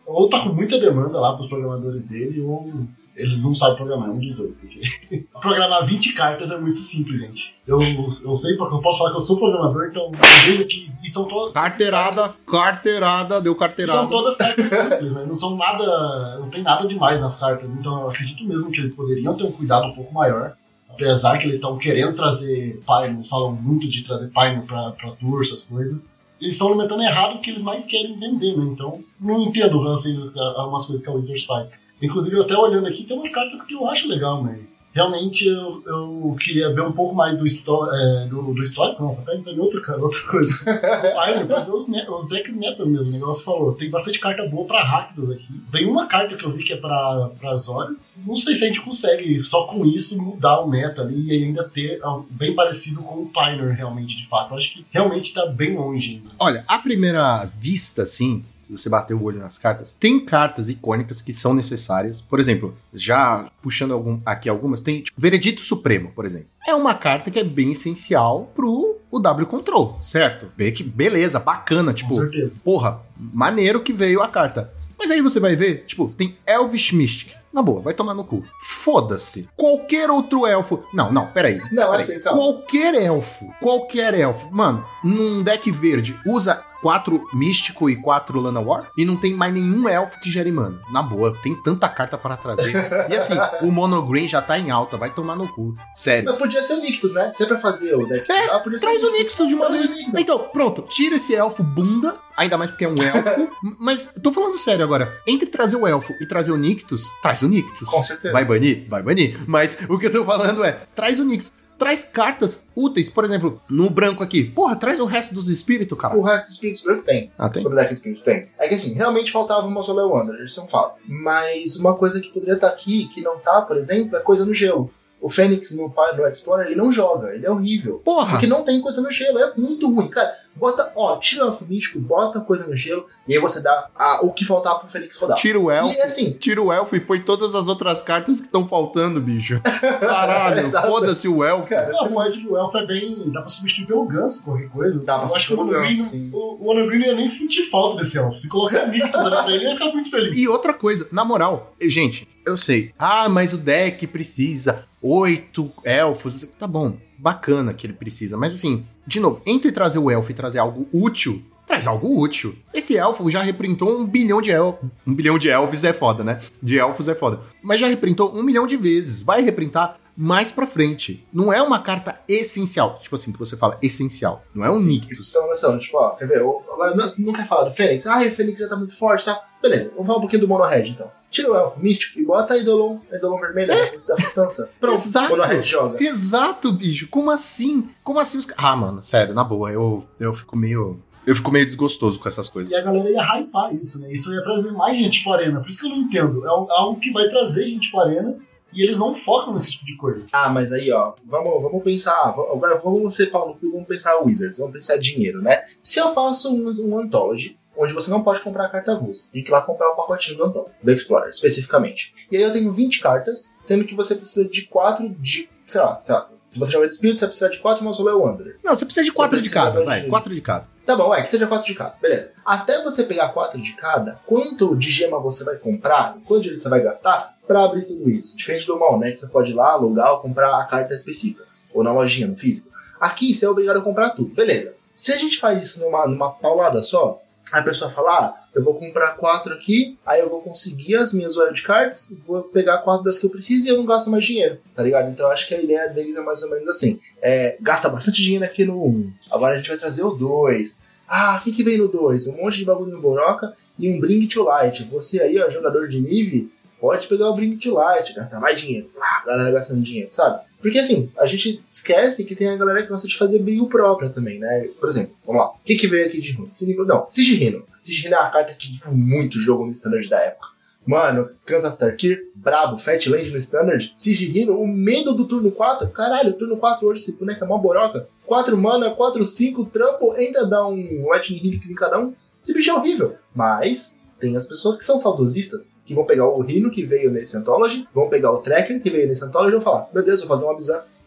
S3: ou tá com muita demanda lá pros programadores dele, ou eles não sabem programar, um dos dois. Porque programar vinte cartas é muito simples, gente. Eu, eu sei, porque eu posso falar que eu sou programador, então eu vejo que e são todas.
S1: Carteirada, carteirada, deu carteirada.
S3: São todas cartas simples, né? Não são nada. Não tem nada demais nas cartas. Então eu acredito mesmo que eles poderiam ter um cuidado um pouco maior. Apesar que eles estão querendo trazer Pioneer, eles falam muito de trazer Pioneer pra, pra tour, essas coisas. Eles estão alimentando errado o que eles mais querem vender, né? Então, não entendo assim, algumas coisas que a Wizards faz. Inclusive, eu até olhando aqui, tem umas cartas que eu acho legal, mas realmente eu, eu queria ver um pouco mais do, histó é, do, do histórico. Não, até em outra, outra coisa. Pioneer, pra ver os, os decks meta mesmo. O negócio falou, tem bastante carta boa pra Rakdos aqui. Tem uma carta que eu vi que é pra, pra Azorius. Não sei se a gente consegue, só com isso, mudar o meta ali e ainda ter algo bem parecido com o Pioneer, realmente, de fato. Eu acho que realmente tá bem longe ainda.
S1: Olha, à primeira vista, assim, se você bater o olho nas cartas, tem cartas icônicas que são necessárias. Por exemplo, já puxando algum, aqui algumas, tem tipo, Veredito Supremo, por exemplo. É uma carta que é bem essencial pro o W Control, certo? Be beleza, bacana, tipo,
S3: com certeza.
S1: Porra, maneiro que veio a carta. Mas aí você vai ver, tipo, tem Elvish Mystic. Na boa, vai tomar no cu. Foda-se. Qualquer outro elfo... Não, não, peraí.
S2: Não,
S1: peraí.
S2: assim, calma.
S1: Qualquer elfo, qualquer elfo, mano, num deck verde, usa quatro Místico e quatro Llanowar e não tem mais nenhum elfo que gere mana. Na boa, tem tanta carta para trazer. E assim, o Mono Green já tá em alta, vai tomar no cu. Sério.
S2: Mas podia ser o Nictus, né? Se é pra fazer o deck...
S1: É,
S2: ah, podia
S1: traz
S2: ser
S1: o Nictus de uma
S2: Traz
S1: vez.
S2: o Nictus.
S1: Então, pronto, tira esse elfo bunda, ainda mais porque é um elfo. Mas, tô falando sério agora, entre trazer o elfo e trazer o Nictus, traz o Nictus.
S2: Com certeza.
S1: Vai banir? Vai banir. Mas o que eu tô falando é, traz o Nictus. Traz cartas úteis, por exemplo, no branco aqui. Porra, traz o resto dos espíritos, cara.
S2: O resto dos espíritos branco tem.
S1: Ah, tem?
S2: O deck espíritos tem. É que assim, realmente faltava o Mausoleum Wanderer, isso é um fato. Mas uma coisa que poderia estar aqui, que não tá, por exemplo, é coisa no gelo. O Fênix no, no Explorer, ele não joga, ele é horrível.
S1: Porra!
S2: Porque não tem coisa no gelo, é muito ruim. Cara, bota, ó, tira o elfo místico, bota coisa no gelo, e aí você dá a, o que faltava pro Fênix rodar.
S1: Tira o elfo,
S2: e, assim,
S1: tira o elfo e põe todas as outras cartas que estão faltando, bicho. Caralho, foda-se o elfo.
S2: Cara,
S3: Não, eu acho que o elfo é bem... Dá pra substituir pelo ganso, qualquer coisa.
S2: Dá pra
S3: eu acho que
S2: substituir
S3: o
S2: pelo
S3: Ono
S2: ganso,
S3: Green,
S2: sim.
S3: o, o Ono Green não ia nem sentir falta desse elfo. Se colocar o Nictus pra ele, ele ia ficar muito feliz.
S1: E outra coisa, na moral, gente, eu sei. Ah, mas o deck precisa oito elfos. Tá bom, bacana que ele precisa. Mas assim, de novo, entre trazer o elfo e trazer algo útil, traz algo útil. Esse elfo já reprintou um bilhão de elfos. Um bilhão de elfos é foda, né? De elfos é foda. Mas já reprintou um milhão de vezes. Vai reprintar mais pra frente. Não é uma carta essencial. Tipo assim, que você fala essencial. Não é um Nictus.
S2: Então, noção, tipo, ó, quer ver? Eu, agora, não, não quer falar do Fênix? Ah, o Fênix já tá muito forte, tá? Beleza, vamos falar um pouquinho do Mono Red, então. Tira o elfo místico e bota a Eidolon, a Eidolon vermelha é? da sustância. Pronto,
S1: Exato.
S2: Mono Red joga.
S1: Exato, bicho. Como assim? Como assim os... Ah, mano, sério, na boa, eu, eu fico meio... Eu fico meio desgostoso com essas coisas.
S3: E a galera ia hypar isso, né? Isso ia trazer mais gente pra arena. Por isso que eu não entendo. É algo que vai trazer gente pra arena e eles não focam nesse tipo de coisa.
S2: Ah, mas aí, ó, vamos, vamos pensar. Agora vamos ser pau no cu, vamos pensar Wizards, vamos pensar dinheiro, né? Se eu faço um, um Anthology, onde você não pode comprar a carta avulsa, você tem que ir lá comprar o pacotinho do Anthology, do Explorer, especificamente. E aí eu tenho vinte cartas, sendo que você precisa de quatro de. Sei lá, sei lá, se você joga de espírito, você precisa de quatro Mausoleum Wanderer.
S1: Não, você precisa de quatro de cada,
S2: de...
S1: vai, quatro de cada.
S2: Tá bom, é, que seja quatro de cada, beleza. Até você pegar quatro de cada, quanto de gema você vai comprar, quanto dinheiro você vai gastar pra abrir tudo isso? Diferente do mal, né, que você pode ir lá, alugar ou comprar a carta específica, ou na lojinha, no físico. Aqui você é obrigado a comprar tudo, beleza. Se a gente faz isso numa, numa paulada só, a pessoa fala, ah, eu vou comprar quatro aqui, aí eu vou conseguir as minhas wildcards, vou pegar quatro das que eu preciso e eu não gasto mais dinheiro, tá ligado? Então acho que a ideia deles é mais ou menos assim, é, gasta bastante dinheiro aqui no um, agora a gente vai trazer o dois, ah, o que que vem no dois? Um monte de bagulho no Boroca e um Bring to Light, você aí, ó, jogador de Nive, pode pegar o Bring to Light, gastar mais dinheiro, a galera gastando dinheiro, sabe? Porque assim, a gente esquece que tem a galera que gosta de fazer brilho própria também, né? Por exemplo, vamos lá. O que que veio aqui de ruim? Não, Sigirino. Sigirino é uma carta que viu muito jogo no Standard da época. Mano, Khans of Tarkir, brabo, Fatland no Standard. Sigirino, o medo do turno quatro. Caralho, turno quatro hoje, esse boneco é mó boroca. quatro mana, quatro, cinco, trampo, ainda dá um Lightning Helix em cada um. Esse bicho é horrível. Mas tem as pessoas que são saudosistas, que vão pegar o Rhino que veio nesse Anthology, vão pegar o Tracker que veio nesse Anthology e vão falar, meu Deus, vou fazer uma Abzan.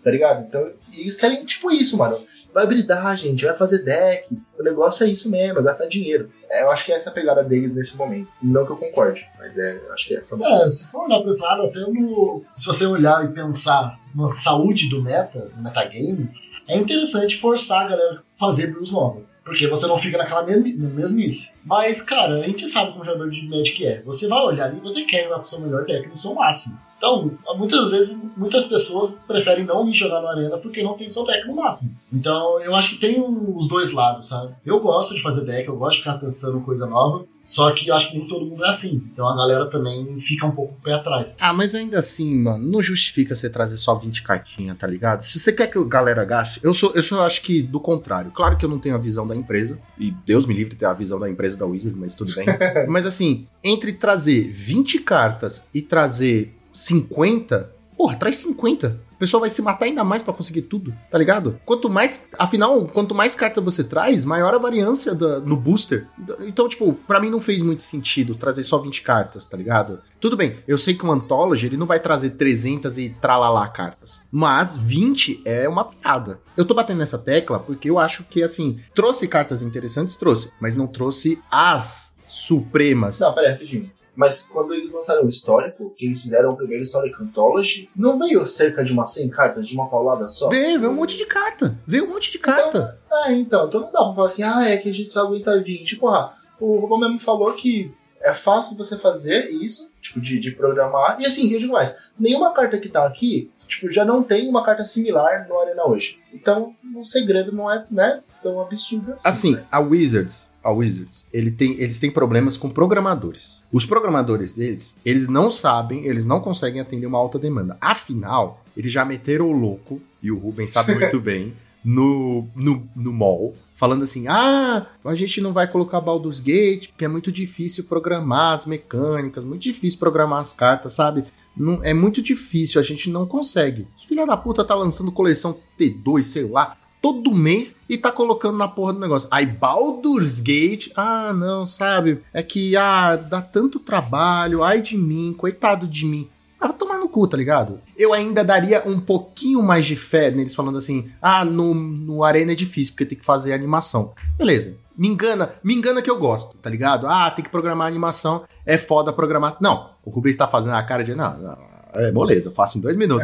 S2: tá ligado? Então, e eles querem tipo isso, mano. Vai bridar, gente, vai fazer deck. O negócio é isso mesmo, é gastar dinheiro. É, eu acho que é essa a pegada deles nesse momento. Não que eu concorde, mas é, eu acho que é essa.
S3: É, se for olhar pra esse lado, até no, se você olhar e pensar na saúde do meta, do metagame, é interessante forçar a galera a fazer builds novas. Porque você não fica naquela mesmice. Mas, cara, a gente sabe como jogador de Magic é. Você vai olhar ali e você quer jogar com o seu melhor deck no seu máximo. Então, muitas vezes, muitas pessoas preferem não me jogar na arena porque não tem seu deck no máximo. Então, eu acho que tem os dois lados, sabe? Eu gosto de fazer deck, eu gosto de ficar testando coisa nova, só que eu acho que nem todo mundo é assim. Então, a galera também fica um pouco pé atrás.
S1: Ah, mas ainda assim, mano, não justifica você trazer só vinte cartinhas, tá ligado? Se você quer que a galera gaste, eu sou, eu só acho que do contrário. Claro que eu não tenho a visão da empresa, e Deus me livre de ter a visão da empresa da Wizard, mas tudo bem. Mas assim, entre trazer vinte cartas e trazer cinquenta, porra, traz cinquenta. O pessoal vai se matar ainda mais pra conseguir tudo, tá ligado? Quanto mais, afinal, quanto mais carta você traz, maior a variância da, no booster. Então, tipo, pra mim não fez muito sentido trazer só vinte cartas, tá ligado? Tudo bem, eu sei que o Anthology, ele não vai trazer trezentas e tralalá cartas, mas vinte é uma piada. Eu tô batendo nessa tecla porque eu acho que, assim, trouxe cartas interessantes, trouxe, mas não trouxe as supremas.
S2: Não, pera aí, rapidinho. Mas quando eles lançaram o histórico, que eles fizeram o primeiro Historic Anthology, não veio cerca de umas cem cartas de uma paulada só?
S1: Veio, veio um monte de carta. Veio um monte de carta.
S2: Então, ah, então, então não dá pra falar assim, ah, é que a gente só aguenta vinte. Porra, o Rubão mesmo falou que é fácil você fazer isso, tipo, de, de programar. E assim, eu digo mais, nenhuma carta que tá aqui, tipo, já não tem uma carta similar no Arena hoje. Então, o segredo não é, né, tão absurdo assim.
S1: Assim,
S2: né?
S1: a Wizards... A Wizards, ele tem, eles têm problemas com programadores. Os programadores deles, eles não sabem, eles não conseguem atender uma alta demanda. Afinal, eles já meteram o louco, e o Rubens sabe muito bem, no, no, no mall, falando assim, ah, a gente não vai colocar Baldur's Gate, porque é muito difícil programar as mecânicas, muito difícil programar as cartas, sabe? Não, é muito difícil, a gente não consegue. Os filha da puta tá lançando coleção T dois, sei lá, todo mês e tá colocando na porra do negócio. Aí Baldur's Gate, ah, não, sabe? É que, ah, dá tanto trabalho, ai de mim, coitado de mim. Ah, vai tomar no cu, tá ligado? Eu ainda daria um pouquinho mais de fé neles falando assim, ah, no, no Arena é difícil, porque tem que fazer animação. Beleza, me engana, me engana que eu gosto, tá ligado? Ah, tem que programar animação, é foda programar... Não, o Rubens tá fazendo a cara de, não, não. É, moleza, eu faço em dois minutos.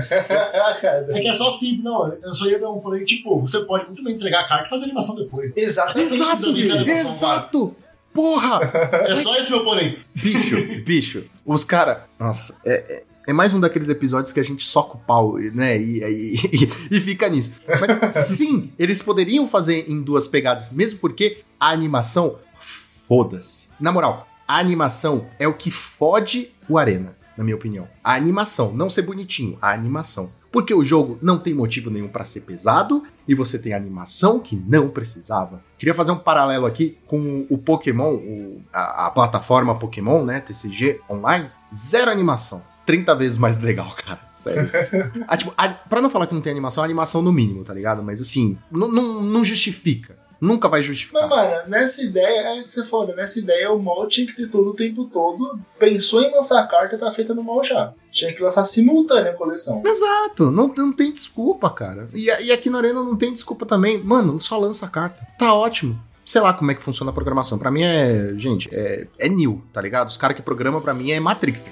S3: É que é só simples, não. Eu só ia dar um porém, tipo, você pode muito bem entregar a carta e fazer animação depois.
S2: Exato,
S1: exato, exato. Porra!
S3: É só esse meu porém.
S1: Bicho, bicho, os caras. Nossa, é, é, é mais um daqueles episódios que a gente soca o pau, né? E, e, e, e fica nisso. Mas sim, eles poderiam fazer em duas pegadas, mesmo porque a animação, foda-se. Na moral, a animação é o que fode o Arena. Na minha opinião. A animação, não ser bonitinho, a animação. Porque o jogo não tem motivo nenhum pra ser pesado e você tem animação que não precisava. Queria fazer um paralelo aqui com o Pokémon, o, a, a plataforma Pokémon, né, T C G Online. Zero animação. trinta vezes mais legal, cara. Sério. ah, tipo, a, pra não falar que não tem animação, a animação no mínimo, tá ligado? Mas assim, não justifica. Nunca vai justificar.
S2: Mas, mano, nessa ideia, é que você falou, nessa ideia o mal tinha que ter todo o tempo todo. Pensou em lançar a carta, tá feita no mal já. Tinha que lançar simultânea a coleção.
S1: Exato, não, não tem desculpa, cara. E, e aqui na Arena não tem desculpa também. Mano, só lança a carta. Tá ótimo. Sei lá como é que funciona a programação. Pra mim é, gente, é, é new, tá ligado? Os caras que programam pra mim é Matrix.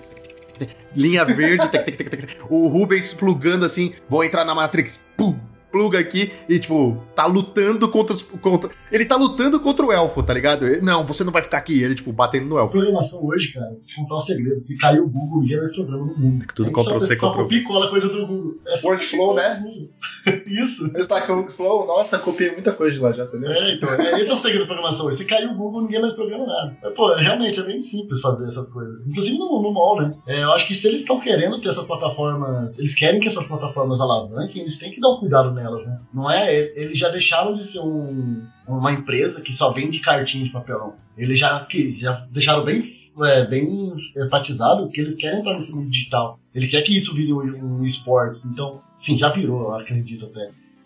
S1: Linha verde, o Rubens plugando assim, vou entrar na Matrix. Pum! Pluga aqui e, tipo, tá lutando contra, os, contra... Ele tá lutando contra o elfo, tá ligado? Não, você não vai ficar aqui. Ele, tipo, batendo no elfo.
S3: Programação hoje, cara, vou te contar um segredo. Se caiu o Google, ninguém mais programa no mundo.
S1: Tudo Ctrl C, Ctrl V.
S3: Só cola coisa do Google.
S2: É Workflow, né?
S3: Isso.
S2: Stack Overflow, nossa, copiei muita coisa de lá já, tá ligado?
S3: É, então, é, esse é o segredo da programação hoje. Se caiu o Google, ninguém mais programa nada. Mas, pô, realmente é bem simples fazer essas coisas. Inclusive no, no mall, né? É, eu acho que se eles estão querendo ter essas plataformas, eles querem que essas plataformas alavanquem, eles têm que dar um cuidado nelas, né? Não é? Eles já deixaram de ser um, uma empresa que só vende cartinha de papelão. Eles já, que, já deixaram bem, é, bem enfatizado que eles querem entrar nesse mundo digital. Ele quer que isso vire um, um esportes. Então, sim, já virou, eu acredito até.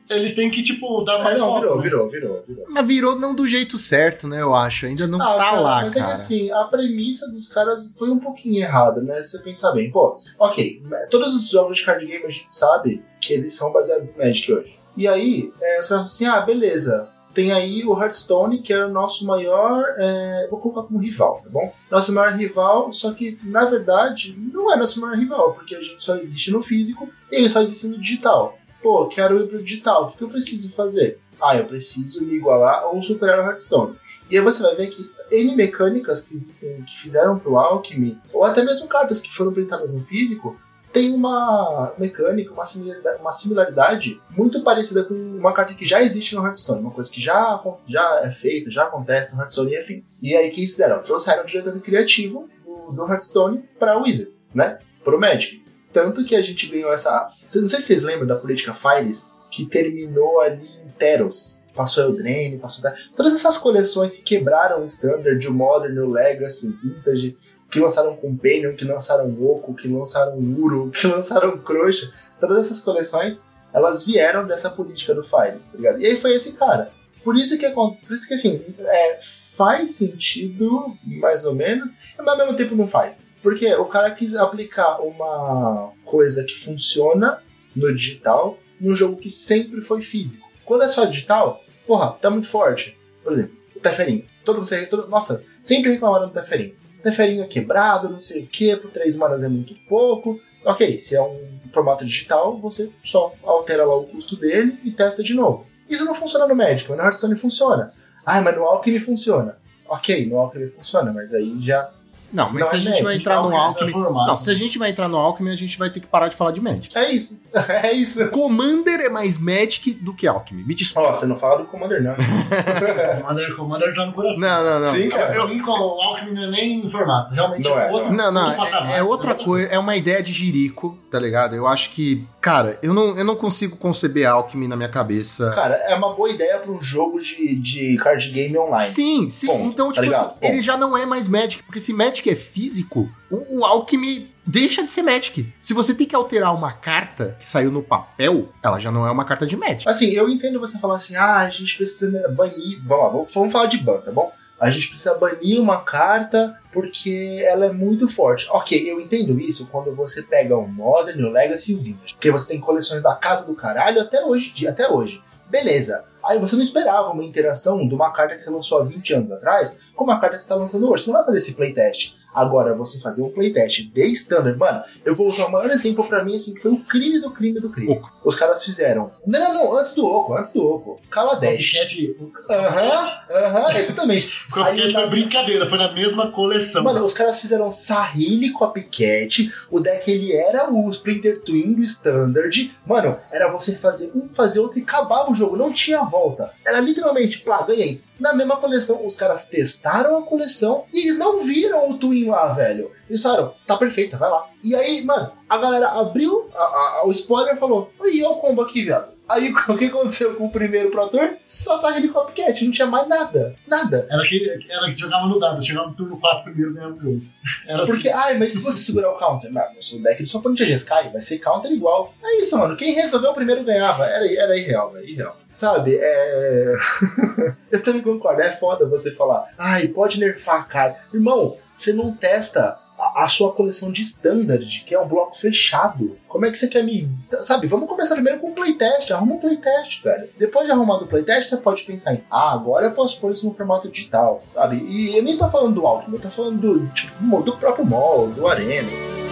S3: Eles têm que, tipo, dar mais
S2: É, não,
S3: foco,
S2: virou,
S3: né?
S2: virou, virou, virou.
S1: Mas virou não do jeito certo, né, eu acho. Ainda não
S2: Ah,
S1: tá
S2: cara,
S1: lá,
S2: mas
S1: cara.
S2: é que assim, a premissa dos caras foi um pouquinho errada, né? Se você pensar bem. Pô, ok, todos os jogos de card game a gente sabe que eles são baseados em Magic hoje. E aí, é, os caras falam assim, ah, beleza, tem aí o Hearthstone, que era o nosso maior, é, vou colocar como rival, tá bom? Nosso maior rival, só que, na verdade, não é nosso maior rival, porque a gente só existe no físico e ele só existe no digital. Pô, quero ir pro digital, o que, que eu preciso fazer? Ah, eu preciso me igualar ou superar o Hearthstone. E aí você vai ver que N mecânicas que existem, que fizeram pro Alchemy, ou até mesmo cartas que foram printadas no físico, tem uma mecânica, uma similaridade, uma similaridade muito parecida com uma carta que já existe no Hearthstone, uma coisa que já, já é feita, já acontece no Hearthstone e afins. E aí o que eles fizeram? Trouxeram o diretor criativo do, do Hearthstone para o Wizards, né? Pro Magic. Tanto que a gente ganhou essa... Não sei se vocês lembram da política Files, que terminou ali em Teros. Passou Eldraine, passou... Todas essas coleções que quebraram o Standard, o Modern, o Legacy, o Vintage... que lançaram Companion, que lançaram Oco, que lançaram Uro, que lançaram Croxa. Todas essas coleções, elas vieram dessa política do Files, tá ligado? E aí foi esse cara. Por isso que, por isso que assim, é, faz sentido, mais ou menos, mas ao mesmo tempo não faz. Porque o cara quis aplicar uma coisa que funciona no digital num jogo que sempre foi físico. Quando é só digital, porra, tá muito forte. Por exemplo, o Teferinho. Todo você, todo, nossa, sempre reclamaram do Teferinho. Teferinho é quebrado, não sei o que, por três manas é muito pouco. Ok, se é um formato digital, você só altera lá o custo dele e testa de novo. Isso não funciona no Magic, mas no Hearthstone funciona. Ah, mas no Alchemy funciona. Ok, no Alchemy funciona, mas aí já...
S1: Não, mas
S2: Não
S1: se
S2: é
S1: a gente
S2: Magic,
S1: vai entrar no
S3: Alchemy é
S1: Alchemy...
S3: formato.
S1: Não, se a gente vai entrar no Alchemy, a gente vai ter que parar de falar de Magic.
S2: É isso, é isso.
S1: Commander é mais Magic do que Alchemy. Me desculpa.
S2: Ó, você não fala do Commander, não.
S3: Commander, Commander tá no coração.
S1: Não, não, não.
S2: Sim, cara.
S3: Eu li com o Alchemy não é nem em formato. Realmente
S2: Não
S3: é,
S2: é,
S3: outro,
S1: Não, não,
S3: outro patamar.
S1: é, é outra coisa, é uma ideia de jirico, tá ligado? Eu acho que, cara, eu não, eu não consigo conceber Alchemy na minha cabeça.
S2: Cara, é uma boa ideia pra um jogo de, de card game online.
S1: Sim, sim.
S2: Ponto,
S1: Então,
S2: tá
S1: tipo,
S2: ligado?
S1: assim, ele já não é mais Magic, porque se Magic é físico, o, o Alchemy deixa de ser Magic. Se você tem que alterar uma carta que saiu no papel, ela já não é uma carta de Magic.
S2: Assim, eu entendo você falar assim, ah, a gente precisa banir... Vamos lá, vamos, vamos falar de ban, tá bom? A gente precisa banir uma carta porque ela é muito forte. Ok, eu entendo isso quando você pega o Modern, o Legacy e o Vintage. Porque você tem coleções da casa do caralho até hoje, até hoje. Beleza. Aí você não esperava uma interação de uma carta que você lançou há vinte anos atrás com uma carta que você está lançando hoje. Você não vai fazer esse playtest. Agora, você fazer um playtest de Standard, mano, eu vou usar o maior exemplo pra mim, assim, que foi o crime do crime do crime.
S1: Oco.
S2: Os caras fizeram... Não, não, não, antes do Oco, antes do Oco. Kaladesh.
S3: Copycat.
S2: Aham, aham, exatamente.
S3: Copycat
S2: na-
S3: foi brincadeira, foi na mesma coleção.
S2: Mano, os caras fizeram Sahili Copycat, o deck ele era o Splinter Twin do Standard. Mano, era você fazer um, fazer outro e acabava o jogo, não tinha volta. Era literalmente, plá, ganhei. Na mesma coleção, os caras testaram a coleção e eles não viram o Twin lá, velho. Eles falaram, tá perfeita, vai lá. E aí, mano, a galera abriu a, a, a, o spoiler e falou, e olha o combo aqui, viado. Aí o que aconteceu com o primeiro Pro Tour? Só Sahili Copycat, não tinha mais nada. Nada.
S3: Ela que, ela que jogava no dado, chegava no turno quatro primeiro ganhava o jogo. Era
S2: Porque,
S3: assim.
S2: ai, mas se você segurar o counter? Não, eu sou o deck do seu oponente é Jeskai, vai ser counter igual. É isso, mano. Quem resolveu primeiro ganhava. Era, era irreal, velho. Irreal. Sabe? É. Eu também concordo. É foda você falar, ai, pode nerfar a cara. Irmão, você não testa a, a sua coleção de standard, que é um bloco fechado. Como é que você quer me. Sabe? Vamos começar primeiro com um playtest. Arruma um playtest, velho. Depois de arrumar o playtest, você pode pensar em, ah, agora eu posso pôr isso no formato digital, sabe? E eu nem tô falando do Alchemy, eu tô falando do, tipo, do próprio mall, do Arena.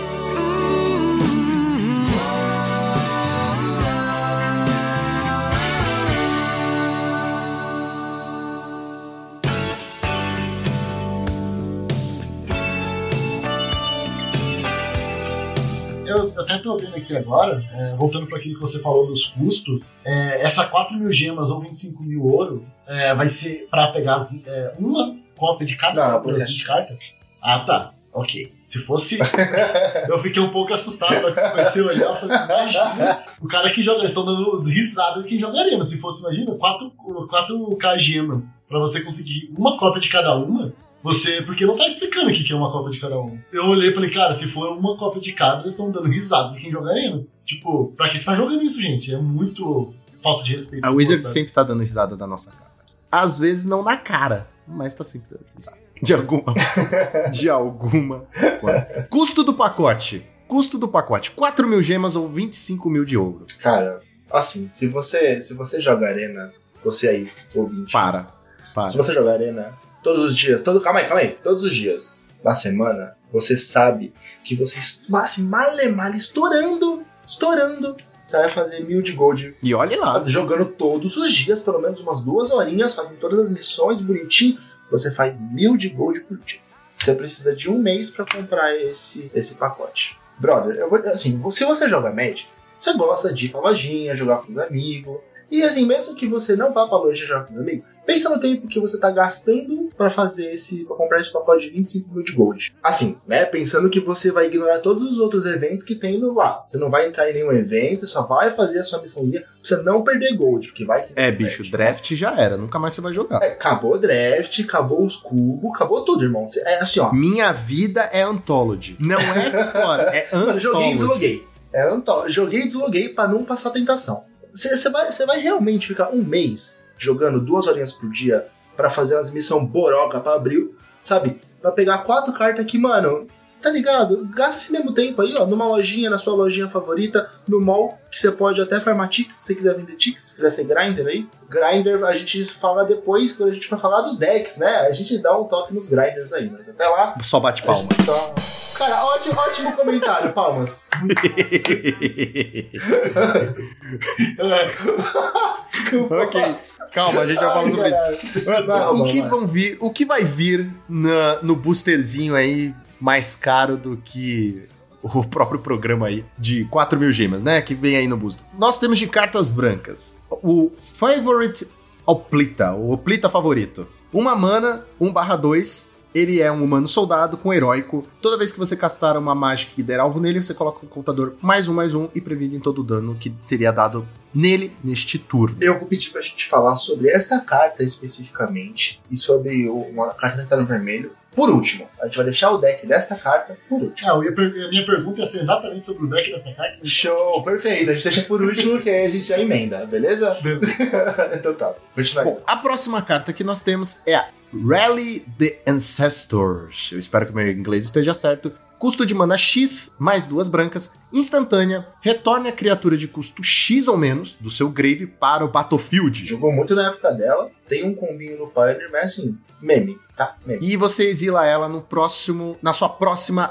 S3: Eu, eu até tô vendo aqui agora, é, voltando para aquilo que você falou dos custos, é, essa quatro mil gemas ou vinte e cinco mil ouro é, vai ser para pegar as, é, uma cópia de cada
S2: Não,
S3: uma das
S2: você
S3: vinte cartas? Ah, tá. Ok. Se fosse... eu fiquei um pouco assustado na hora que eu comecei a olhar. Eu falei, imagina, o cara que joga, eles estão dando risada de quem jogaria, mas se fosse, imagina, quatro K gemas para você conseguir uma cópia de cada uma. Você, porque não tá explicando o que é uma cópia de cada um. Eu olhei e falei, cara, se for uma cópia de cada, eles estão dando risada de quem joga arena. Tipo, pra que você tá jogando isso, gente? É muito... falta de respeito.
S1: A Wizard
S3: sabe?
S1: sempre tá dando risada da nossa cara. Às vezes não na cara, mas tá sempre dando risada. De alguma De alguma forma. Custo do pacote. Custo do pacote. quatro mil gemas ou vinte e cinco mil de ouro.
S2: Cara, assim, se você, se você joga Arena, você aí, ouvinte.
S1: Para. Para.
S2: Se você jogar Arena todos os dias, todo, calma aí, calma aí, todos os dias da semana, você sabe que você, assim, male, male, estourando, estourando, você vai fazer mil de gold.
S1: E olhe lá.
S2: Jogando todos os dias, pelo menos umas duas horinhas, fazendo todas as missões bonitinho, você faz mil de gold por dia. Você precisa de um mês pra comprar esse, esse pacote. Brother, eu vou, assim, se você joga Magic, você gosta de ir pra lojinha, jogar com os amigos. E assim, mesmo que você não vá pra loja jogar com os amigos, pensa no tempo que você tá gastando pra fazer esse, pra comprar esse pacote de vinte e cinco mil de gold. Assim, né, pensando que você vai ignorar todos os outros eventos que tem no lá. Você não vai entrar em nenhum evento, você só vai fazer a sua missãozinha pra você não perder gold, porque vai que
S1: É,
S2: você
S1: bicho,
S2: perde.
S1: draft já era. Nunca mais você vai jogar.
S2: É, acabou o draft, acabou os cubos, acabou tudo, irmão. Cê- É assim, ó.
S1: Minha vida é Anthology. Não é Explora, é
S2: Mano, joguei e
S1: Anthology.
S2: desloguei. É antó- Joguei e desloguei pra não passar tentação. Você vai, cê vai realmente ficar um mês jogando duas horinhas por dia pra fazer umas missões boroca pra abrir, sabe? Pra pegar quatro cartas aqui, mano. Tá ligado? Gasta esse mesmo tempo aí, ó, numa lojinha, na sua lojinha favorita, no mall, que você pode até farmar ticks, se você quiser vender ticks, se quiser ser grinder aí. Grinder a gente fala depois, quando a gente for falar dos decks, né? A gente dá um toque nos grinders aí, mas até lá...
S1: Só bate
S2: a
S1: palmas.
S2: gente só... Cara, ótimo, ótimo comentário, palmas. Desculpa.
S1: Ok, calma, a gente já falou sobre isso.
S2: Calma,
S1: O que
S2: vai.
S1: vão vir, o que vai vir na- no boosterzinho aí mais caro do que o próprio programa aí de quatro mil gemas, né? Que vem aí no booster. Nós temos de cartas brancas o Favorite Oplita, o Oplita favorito. Uma mana, um barra dois. Ele é um humano soldado com heróico. Toda vez que você castar uma mágica que der alvo nele, você coloca um contador mais um, mais um e previne todo o dano que seria dado nele neste turno.
S2: Eu vou pedir pra gente falar sobre esta carta especificamente e sobre o- uma carta que tá no vermelho. Por último, a gente vai deixar o deck desta carta por último.
S3: Ah, eu ia per- a minha pergunta ia ser exatamente sobre o deck dessa carta.
S2: Show, perfeito. A gente deixa por último que aí a gente já emenda, beleza?
S3: Beleza.
S2: Então tá, continua.
S1: Bom, a próxima carta que nós temos é a Rally the Ancestors. Eu espero que o meu inglês esteja certo. Custo de mana X, mais duas brancas, instantânea, retorne a criatura de custo X ou menos do seu grave para o Battlefield.
S2: Jogou muito na época dela, tem um combinho no Pioneer, mas assim, meme, tá? Meme.
S1: E você exila ela no próximo, na sua próxima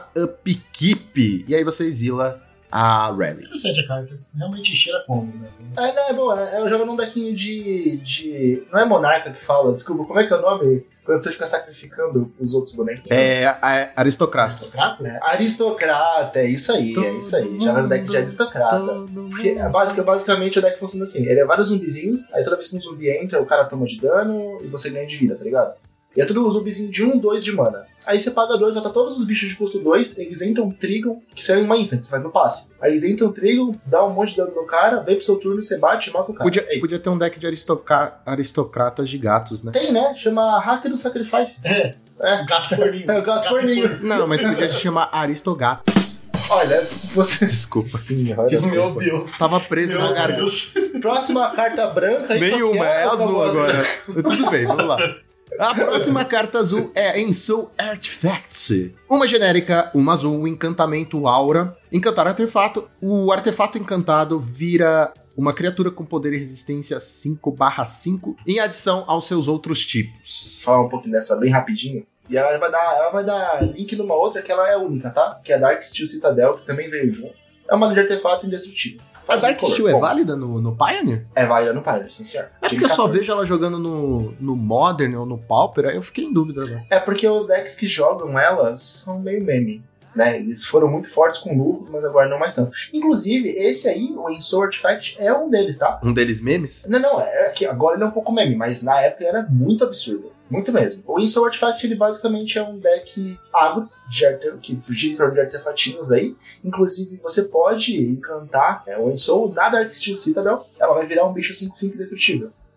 S1: upkeep. E aí você exila a Rally.
S3: Interessante a carta. Realmente cheira como, né?
S2: É, não, é bom, é, eu jogo num dequinho de, de... Não é Monarca que fala, desculpa, como é que é o nome? Quando você fica sacrificando os outros bonequinhos.
S1: É a Aristocratas.
S3: Aristocratas?
S2: É, aristocrata, é isso aí, é isso aí. Já era um deck de aristocrata. Porque é basic, basicamente o deck funciona assim: ele é vários zumbizinhos, aí toda vez que um zumbi entra, o cara toma de dano e você ganha de vida, tá ligado? E é tudo um zumbizinho de um, dois de mana. Aí você paga dois, volta todos os bichos de custo dois, eles entram, trigam, que isso é uma instant, você faz no passe. Aí eles entram, trigam, dá um monte de dano no cara, vem pro seu turno, você bate e mata o cara.
S1: Podia,
S2: é isso.
S1: podia ter um deck de aristoca- aristocratas de gatos, né?
S2: Tem, né? Chama Hack do Sacrifice.
S3: É,
S2: É.
S3: o gato forninho.
S2: É, o gato forninho.
S1: Não, mas podia se chamar Aristogatos.
S2: Olha, você...
S1: Desculpa.
S2: Sim, olha.
S1: Desculpa.
S3: Meu Deus.
S1: Tava preso
S3: Meu
S1: na garganta.
S3: Deus.
S2: Próxima carta branca. aí
S1: Nenhuma,
S2: qualquer
S1: é
S2: outra
S1: azul
S2: bosta.
S1: agora. Tudo bem, vamos lá. A próxima carta azul é Ensoul Artifact. Uma genérica, uma azul, um encantamento aura. Encantar artefato. O artefato encantado vira uma criatura com poder e resistência cinco barra cinco em adição aos seus outros tipos.
S2: Falar um pouquinho dessa bem rapidinho. E ela vai dar, ela vai dar link numa outra que ela é única, tá? Que é a Dark Steel Citadel, que também veio junto. É uma de artefato indestrutível.
S1: A
S2: Faz
S1: Dark
S2: um color.
S1: Steel é
S2: Bom,
S1: válida no, no Pioneer?
S2: É válida no Pioneer, sim senhor.
S1: É porque eu só vejo ela jogando no, no Modern ou no Pauper, aí eu fiquei em dúvida agora.
S2: É porque os decks que jogam elas são meio meme. Né? Eles foram muito fortes com lucro, mas agora não mais tanto. Inclusive, esse aí, o Ensoul Artifact, é um deles, tá?
S1: Um deles memes?
S2: Não, não, é que agora ele é um pouco meme, mas na época ele era muito absurdo. Muito mesmo. O Ensoul Artifact, ele basicamente é um deck agro, de arte, que gira em torno de artefatinhos aí. Inclusive, você pode encantar é, o Ensoul na Dark Steel Citadel, ela vai virar um bicho cinco cinco indestrutível.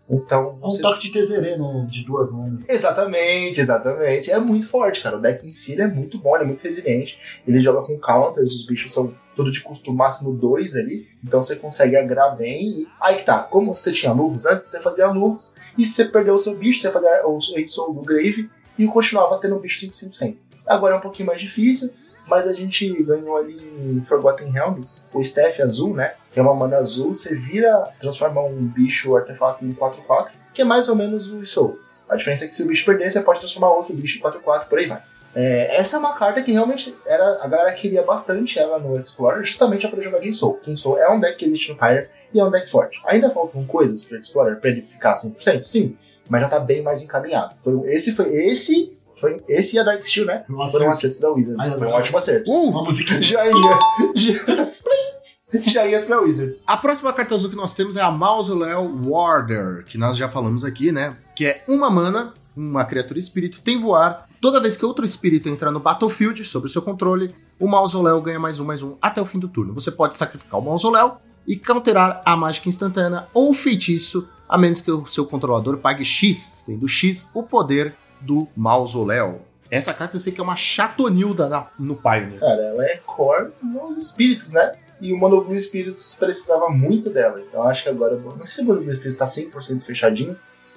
S2: Então,
S3: É um
S2: você...
S3: toque de Tezerê, né? De duas manas.
S2: Exatamente, exatamente. É muito forte, cara. O deck em si ele é muito bom, ele é muito resiliente. Ele joga com counters, os bichos são tudo de custo máximo dois ali. Então você consegue agrar bem. E... Aí que tá, como você tinha lurros antes, você fazia lurros. E se você perdeu o seu bicho, você fazia o Soul do Grave e continuava tendo o bicho cinco cinco cem. Agora é um pouquinho mais difícil, mas a gente ganhou ali em Forgotten Realms, o Staff azul, né? Que é uma mana azul, você vira, transforma um bicho artefato em quatro quatro, que é mais ou menos o Soul. A diferença é que se o bicho perder, você pode transformar outro bicho em quatro quatro, por aí vai. É, essa é uma carta que realmente era, a galera queria bastante ela no Explorer, justamente para jogar Game Soul. Game Soul é um deck que existe no Pioneer e é um deck forte. Ainda faltam coisas para Explorer para ele ficar cem por cento? Sim, mas já tá bem mais encaminhado. Foi, esse foi esse... Foi esse e a Dark Steel, né?
S3: Um
S2: Foram acertos da Wizards.
S3: Ai,
S2: foi um ótimo acerto.
S1: Uh!
S3: Uma musiquinha.
S2: Já ia. Já, já ia pra Wizards.
S1: A próxima carta azul que nós temos é a Mausoleum Warder, que nós já falamos aqui, né? Que é uma mana, uma criatura espírito, tem voar. Toda vez que outro espírito entrar no battlefield, sob o seu controle, o Mausoleum ganha mais um, mais um até o fim do turno. Você pode sacrificar o Mausoleum e counterar a mágica instantânea ou feitiço, a menos que o seu controlador pague X, sendo X o poder do Mausoleum. Essa carta eu sei que é uma chatonilda na, no Pioneer.
S2: Cara, ela é core nos espíritos, né? E o Mono Blue Spirits precisava muito dela. Então acho que agora... Não sei se o Mono Blue Spirits tá cem por cento fechadinho,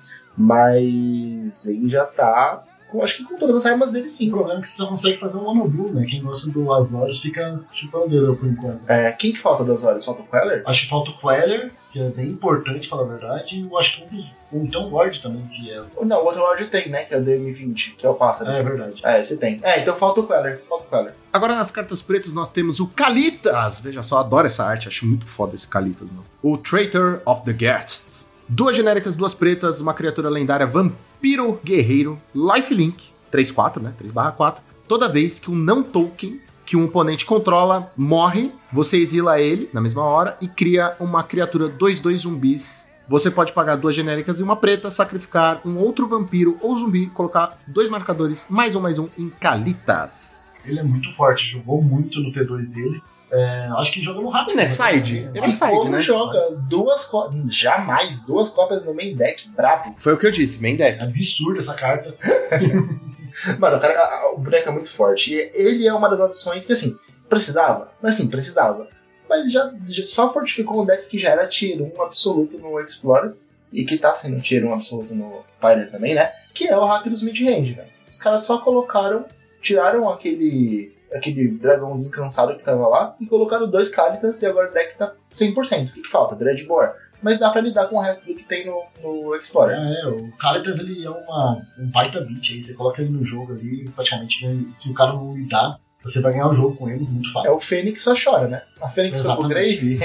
S2: mas ele já tá... Com, acho que com todas as armas dele, sim.
S3: O problema é que você só consegue fazer um Mono Blue, né? Quem gosta do Azorius fica chupando o dedo por enquanto.
S2: É, quem que falta das horas? Falta o Queller?
S3: Acho que falta o Queller, que é bem importante, falar a verdade. E eu acho que um dos... Um Tom Lord também, que é...
S2: Não, o outro Lord tem, né? Que é o D M vinte, que é o pássaro.
S3: É, é verdade.
S2: É, esse tem. É, então falta o Queller. Falta o Queller.
S1: Agora nas cartas pretas nós temos o Kalitas. Veja só, adoro essa arte, acho muito foda esse Kalitas, mano. O Traitor of the Guest. Duas genéricas, duas pretas, uma criatura lendária vampiro guerreiro, lifelink, três quatro, né? três barra quatro. Toda vez que um não token que um oponente controla morre, você exila ele na mesma hora e cria uma criatura dois dois zumbis. Você pode pagar duas genéricas e uma preta, sacrificar um outro vampiro ou zumbi, colocar dois marcadores, mais um, mais um, em Kalitas.
S3: Ele é muito forte, jogou muito no T dois dele. É, acho que joga no rápido.
S1: Ele é side? Ele é
S2: E
S1: side,
S2: como
S1: né?
S2: joga duas cópias... Jamais, duas cópias no main deck, brabo.
S1: Foi o que eu disse, main
S3: É
S1: deck.
S3: absurdo essa carta.
S2: Mano, o, cara, o boneco é muito forte. E ele é uma das adições que, assim, precisava. Assim, precisava. Mas já, já só fortificou um deck que já era tier um absoluto no Explorer. E que tá sendo tier um absoluto no Pioneer também, né? Que é o hack dos mid-range, né? Os caras só colocaram... Tiraram aquele... Aquele dragãozinho cansado que tava lá. E colocaram dois Kalitas. E agora o deck tá cem por cento. O que, que falta? Dreadbore. Mas dá pra lidar com o resto do que tem no, no Explorer.
S3: É, o Kalitas, ele é uma, um baita beat aí. Você coloca ele no jogo ali, praticamente, se o cara não lidar, você vai ganhar o jogo com ele muito fácil.
S2: É o Fênix só chora, né? A Fênix foi pro Grave.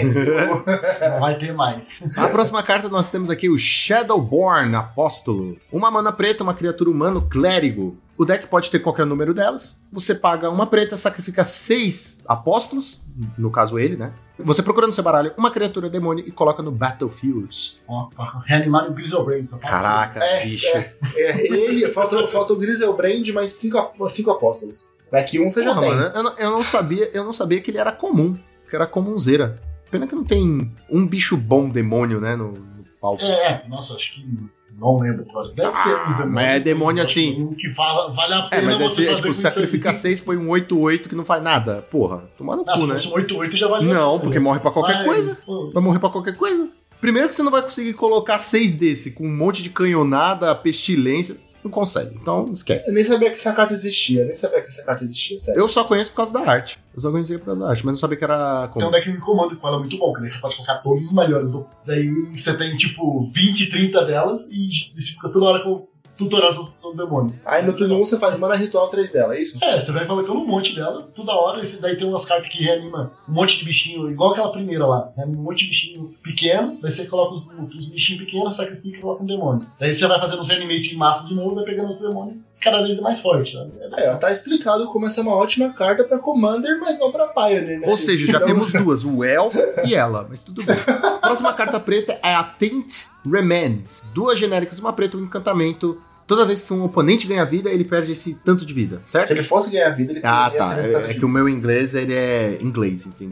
S3: Não vai ter mais.
S1: A próxima carta nós temos aqui o Shadowborn Apóstolo. Uma mana preta, uma criatura humano clérigo. O deck pode ter qualquer número delas. Você paga uma preta, sacrifica seis apóstolos, no caso ele, né? Você procura no seu baralho uma criatura demônio e coloca no Battlefield.
S3: Ó, pra reanimar o Griselbrand. Só falta
S1: Caraca,
S2: É,
S1: bicho.
S2: é, é, ele, falta, falta o Griselbrand mais cinco, cinco apóstolos. Daqui um você
S1: Porra,
S2: já tem.
S1: mano, eu não, eu não sabia, eu não sabia que ele era comum, que era comunzeira. Pena que não tem um bicho bom demônio, né, no, no palco.
S3: É, é, nossa, acho que não lembro agora. Deve ter um demônio.
S1: mas é demônio
S3: acho
S1: assim.
S3: que um que fala, vale a
S1: É,
S3: pena
S1: mas
S3: você
S1: esse, é,
S3: fazer
S1: tipo,
S3: com isso
S1: sacrifica
S3: aí.
S1: seis, põe um oito oito que não faz nada. Porra, tomar no
S3: Ah,
S1: cu,
S3: se
S1: né?
S3: fosse um oito oito já valia.
S1: Não, porque morre pra qualquer
S3: Vai,
S1: coisa.
S3: pô.
S1: Vai morrer pra qualquer coisa. Primeiro que você não vai conseguir colocar seis desse, com um monte de canhonada, pestilência. Não consegue, então esquece.
S2: Eu nem sabia que essa carta existia, eu nem sabia que essa carta existia, sério.
S1: Eu só conheço por causa da arte. Eu só conhecia por causa da arte, mas não sabia que era
S3: Tem um
S1: como.
S3: deck de comando com ela muito bom, que daí você pode colocar todos os melhores. Daí você tem tipo vinte, trinta delas e você fica toda hora com tutorial seu, seu demônio.
S2: Aí no turno um você faz mana ritual três dela, é isso?
S3: É, você vai colocando um monte dela, toda hora, e daí tem umas cartas que reanima um monte de bichinho, igual aquela primeira lá, né? Um monte de bichinho pequeno, daí você coloca os, os bichinhos pequenos, sacrifica e coloca um demônio. Daí você vai fazendo os reanimate em massa de novo, vai pegando os demônios, cada vez é mais forte, sabe?
S2: É, tá explicado como essa é uma ótima carta pra Commander, mas não pra Pioneer, né?
S1: Ou seja, já
S2: Então-
S1: temos duas, o Elf e ela, mas tudo bem. Próxima carta preta é a Taint Remand. Duas genéricas, uma preta, um encantamento. Toda vez que um oponente ganha vida, ele perde esse tanto de vida, certo?
S2: Se ele fosse ganhar vida, ele
S1: Ah,
S2: poderia
S1: tá.
S2: ser nesse
S1: É, é que o meu inglês, ele é inglês, entendeu?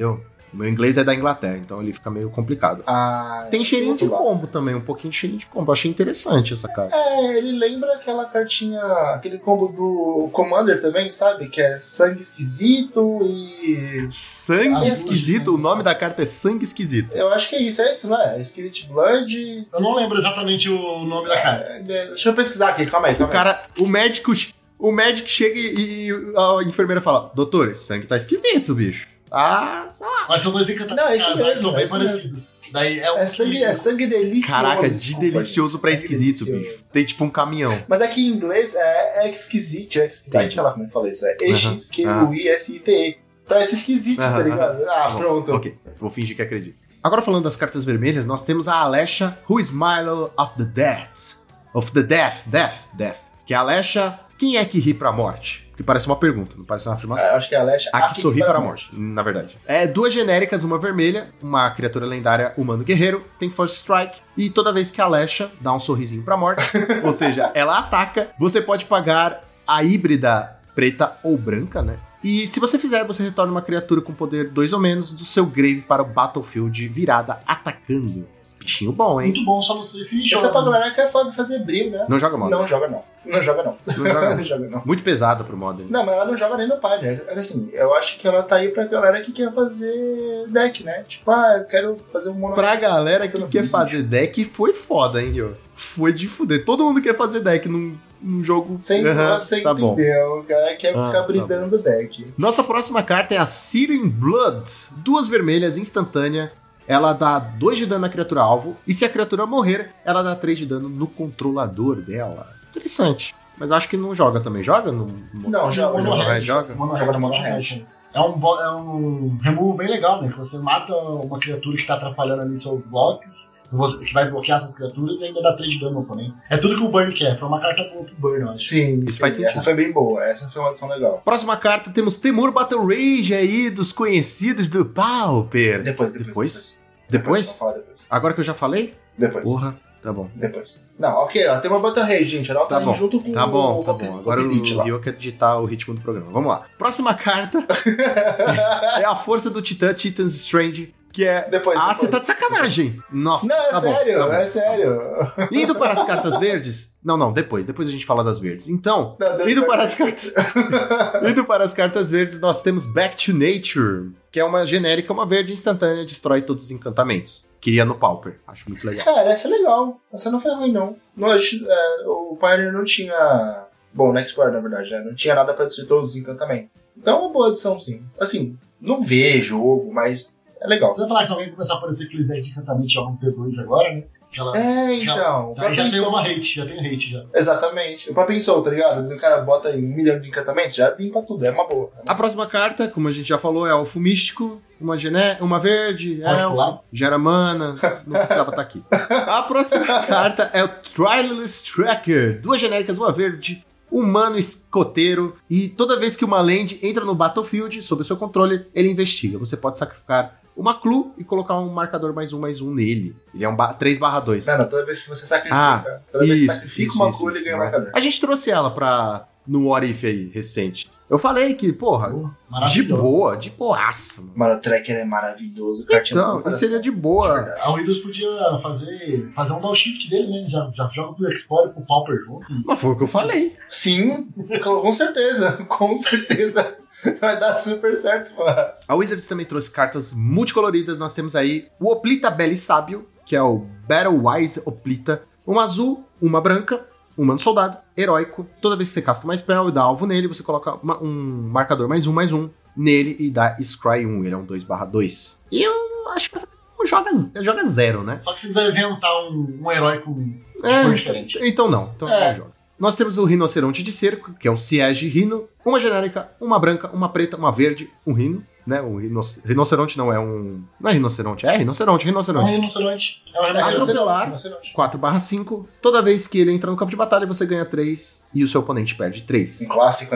S1: O meu inglês é da Inglaterra, então ele fica meio complicado.
S2: Ah,
S1: Tem cheirinho de
S2: muito bom.
S1: combo também, um pouquinho de cheirinho de combo. Achei interessante essa carta.
S2: É, ele lembra aquela cartinha, aquele combo do Commander também, sabe? Que é sangue esquisito e...
S1: Sangue
S3: Ah,
S1: esquisito,
S3: sangue.
S1: o nome da carta é Sangue Esquisito.
S2: Eu acho que é isso, é isso, não é? É Skillet Blood...
S3: Eu não lembro exatamente o nome da cara.
S2: É, é, deixa eu pesquisar aqui, calma aí,
S1: O
S2: calma aí.
S1: cara, o médico, o médico chega e, e a enfermeira fala: doutor, esse sangue tá esquisito, bicho. Ah,
S3: Mas são dois encantamentos.
S2: Não, é isso
S3: caras,
S2: mesmo,
S3: São
S2: é
S3: bem
S2: isso
S3: parecidos. Daí é, um
S2: É sangue, é sangue delicioso.
S1: caraca, de
S2: desculpa,
S1: delicioso pra
S2: gente. Sangue
S1: esquisito,
S2: delicioso.
S1: bicho. Tem tipo um caminhão.
S2: Mas aqui em inglês é exquisite, é exquisite.
S1: Entendi.
S2: Sei lá como eu falei isso. É
S1: Aham.
S2: E X Q U I S I T E. Então é esse esquisite,
S1: Aham,
S2: tá ligado?
S1: aham.
S2: Ah,
S1: Tá bom,
S2: pronto.
S1: Ok, vou fingir que acredito. Agora falando das cartas vermelhas, nós temos a Alesha, Who is Milo of the Death. Of the Death, Death, Death. Que é a Alesha, quem é que ri pra morte? Que parece uma pergunta, não parece uma afirmação.
S2: É, acho que é a Alexa.
S1: A que sorri para a morte, na verdade. É duas genéricas, uma vermelha, uma criatura lendária humano guerreiro, tem First Strike, e toda vez que a Alesha dá um sorrisinho pra morte, ou seja, ela ataca, você pode pagar a híbrida preta ou branca, né? E se você fizer, você retorna uma criatura com poder dois ou menos do seu grave para o battlefield virada atacando. Bichinho bom, hein?
S3: Muito bom, só não sei se
S2: Essa é
S3: joga.
S2: pra galera que é foda fazer brilho, né?
S1: Não joga Modern.
S2: Não joga não. Não joga não.
S1: Não joga não.
S2: Não joga não.
S1: Muito pesada pro Modern.
S2: Não, mas ela não joga nem no Pioneer. Assim, eu acho que ela tá aí pra galera que quer fazer deck, né? Tipo, ah, eu quero fazer um mono.
S1: Pra galera que quer fazer deck, foi foda, hein, Rio? Foi de fuder. Todo mundo quer fazer deck num, num jogo...
S2: Sem
S1: Aham,
S2: você
S1: tá bom.
S2: entendeu. O cara quer
S1: Ah,
S2: ficar
S1: tá
S2: bridando deck.
S1: Nossa próxima carta é a Searing Blood. Duas vermelhas, instantânea. Ela dá dois de dano na criatura alvo. E se a criatura morrer, ela dá três de dano no controlador dela. Interessante. Mas acho que não joga também. Joga? No, no...
S2: Não, joga,
S1: Mono
S2: joga.
S1: Red joga?
S3: Mono
S2: Joga
S3: Red,
S2: no Mono
S3: Mono
S2: Red.
S3: Red. É um, bo- é um removal bem legal, né? Que você mata uma criatura que tá atrapalhando ali seus blocos, você- que vai bloquear essas criaturas e ainda dá três de dano no oponente. É tudo que o Burn quer. Foi uma carta boa pro Burn, eu acho.
S2: Sim,
S1: Isso
S2: sim,
S1: faz sentido.
S2: Essa foi bem boa. Essa foi uma adição legal.
S1: Próxima carta, temos Temur Battle Rage aí, dos conhecidos do Pauper.
S2: Depois, depois.
S1: Depois?
S2: Depois?
S1: Depois?
S2: Vamos falar depois.
S1: Agora que eu já falei?
S2: Depois.
S1: Porra, tá bom.
S2: Depois. Não, ok, ó. Tem uma Battle Rage, gente. Anota
S1: Tá
S2: aí
S1: bom,
S2: junto com
S1: tá bom,
S2: o
S1: tá
S2: o-
S1: bom.
S2: o
S1: Agora o
S2: Pinite lá.
S1: Rio quer digitar o ritmo do programa. Vamos lá. Próxima carta é a força do Titã, Titan's Strange, que é...
S2: Depois,
S1: Ah,
S2: depois.
S1: você tá de sacanagem. Nossa,
S2: Não, é
S1: tá bom,
S2: sério,
S1: tá bom.
S2: é sério.
S1: Indo para as cartas verdes... Não, não, depois. Depois a gente fala das verdes. Então,
S2: Não, Deus
S1: indo
S2: vai-
S1: para as cartas... Indo para as cartas verdes, nós temos Back to Nature, que é uma genérica, uma verde instantânea, destrói todos os encantamentos. Queria no Pauper. Acho muito legal.
S2: Cara, essa é legal. Essa não foi ruim, não. não a gente- é, o Pioneer não tinha... Bom, no Explorer, na verdade, né? Não tinha nada pra destruir todos os encantamentos. Então é uma boa adição, sim. Assim, não vê jogo, mas é legal.
S3: Você vai falar que se alguém começar a aparecer aqueles decks de encantamento joga um P dois agora, né? Aquela,
S2: É, então.
S3: Aí já tem
S2: pensou-
S3: uma hate, já tem hate já.
S2: Exatamente. O Pá pensou, tá ligado? O cara bota aí um milhão de encantamentos, já limpa tudo. É uma boa.
S1: A próxima carta, como a gente já falou, é Elfo Místico, uma, gené uma verde,
S3: Pode
S1: elfo,
S3: pular.
S1: gera mana, não precisava estar aqui. A próxima carta é o Trililus Tracker, duas genéricas, uma verde, humano escoteiro, e toda vez que uma land entra no battlefield, sob o seu controle, ele investiga. Você pode sacrificar uma clue e colocar um marcador mais um, mais um nele. Ele é um três barra dois.
S2: Não, não, toda vez que você sacrifica,
S1: Ah,
S2: toda vez que
S1: isso,
S2: sacrifica
S1: isso,
S2: uma
S1: isso,
S2: cor, ele
S1: isso,
S2: ganha um
S1: né?
S2: marcador.
S1: A gente trouxe ela pra... no What If aí, recente. Eu falei que, porra,
S3: Pô,
S1: de
S3: maravilhoso.
S1: boa, de boaça, mano.
S2: Mano, o Tracker é maravilhoso. Cartinha
S1: Então,
S2: do
S1: isso seria
S2: coração.
S1: de boa.
S3: A Wizards podia fazer, fazer um downshift dele, né? Já, já joga pro Explorer pro Pauper junto. e-
S1: Mas foi o que eu falei.
S2: Sim, com certeza. Com certeza. Vai dar super certo, mano.
S1: A Wizards também trouxe cartas multicoloridas. Nós temos aí o Oplita Beli Sábio, que é o Battlewise Oplita. Uma azul, uma branca, um mano soldado, heróico. Toda vez que você casta uma spell e dá alvo nele, você coloca uma- um marcador mais um, mais um nele e dá Scry um. Ele é um dois barra dois. E eu acho que essa joga, joga zero, né?
S3: Só que se quiser inventar um, um herói com
S1: É,
S3: cor diferente.
S1: Então não, então
S2: É.
S1: não joga. Nós temos o Rinoceronte de Cerco, que é o Siege Rino, uma genérica, uma branca, uma preta, uma verde, um rino, né? O rino... rinoceronte não é um... Não é rinoceronte, é rinoceronte,
S3: É um
S1: rinoceronte.
S3: rinoceronte. É um
S2: É,
S3: rinoceronte.
S1: Atropelar.
S2: rinoceronte.
S1: quatro barra cinco, toda vez que ele entra no campo de batalha, você ganha três e o seu oponente perde três.
S2: Um clássico, né?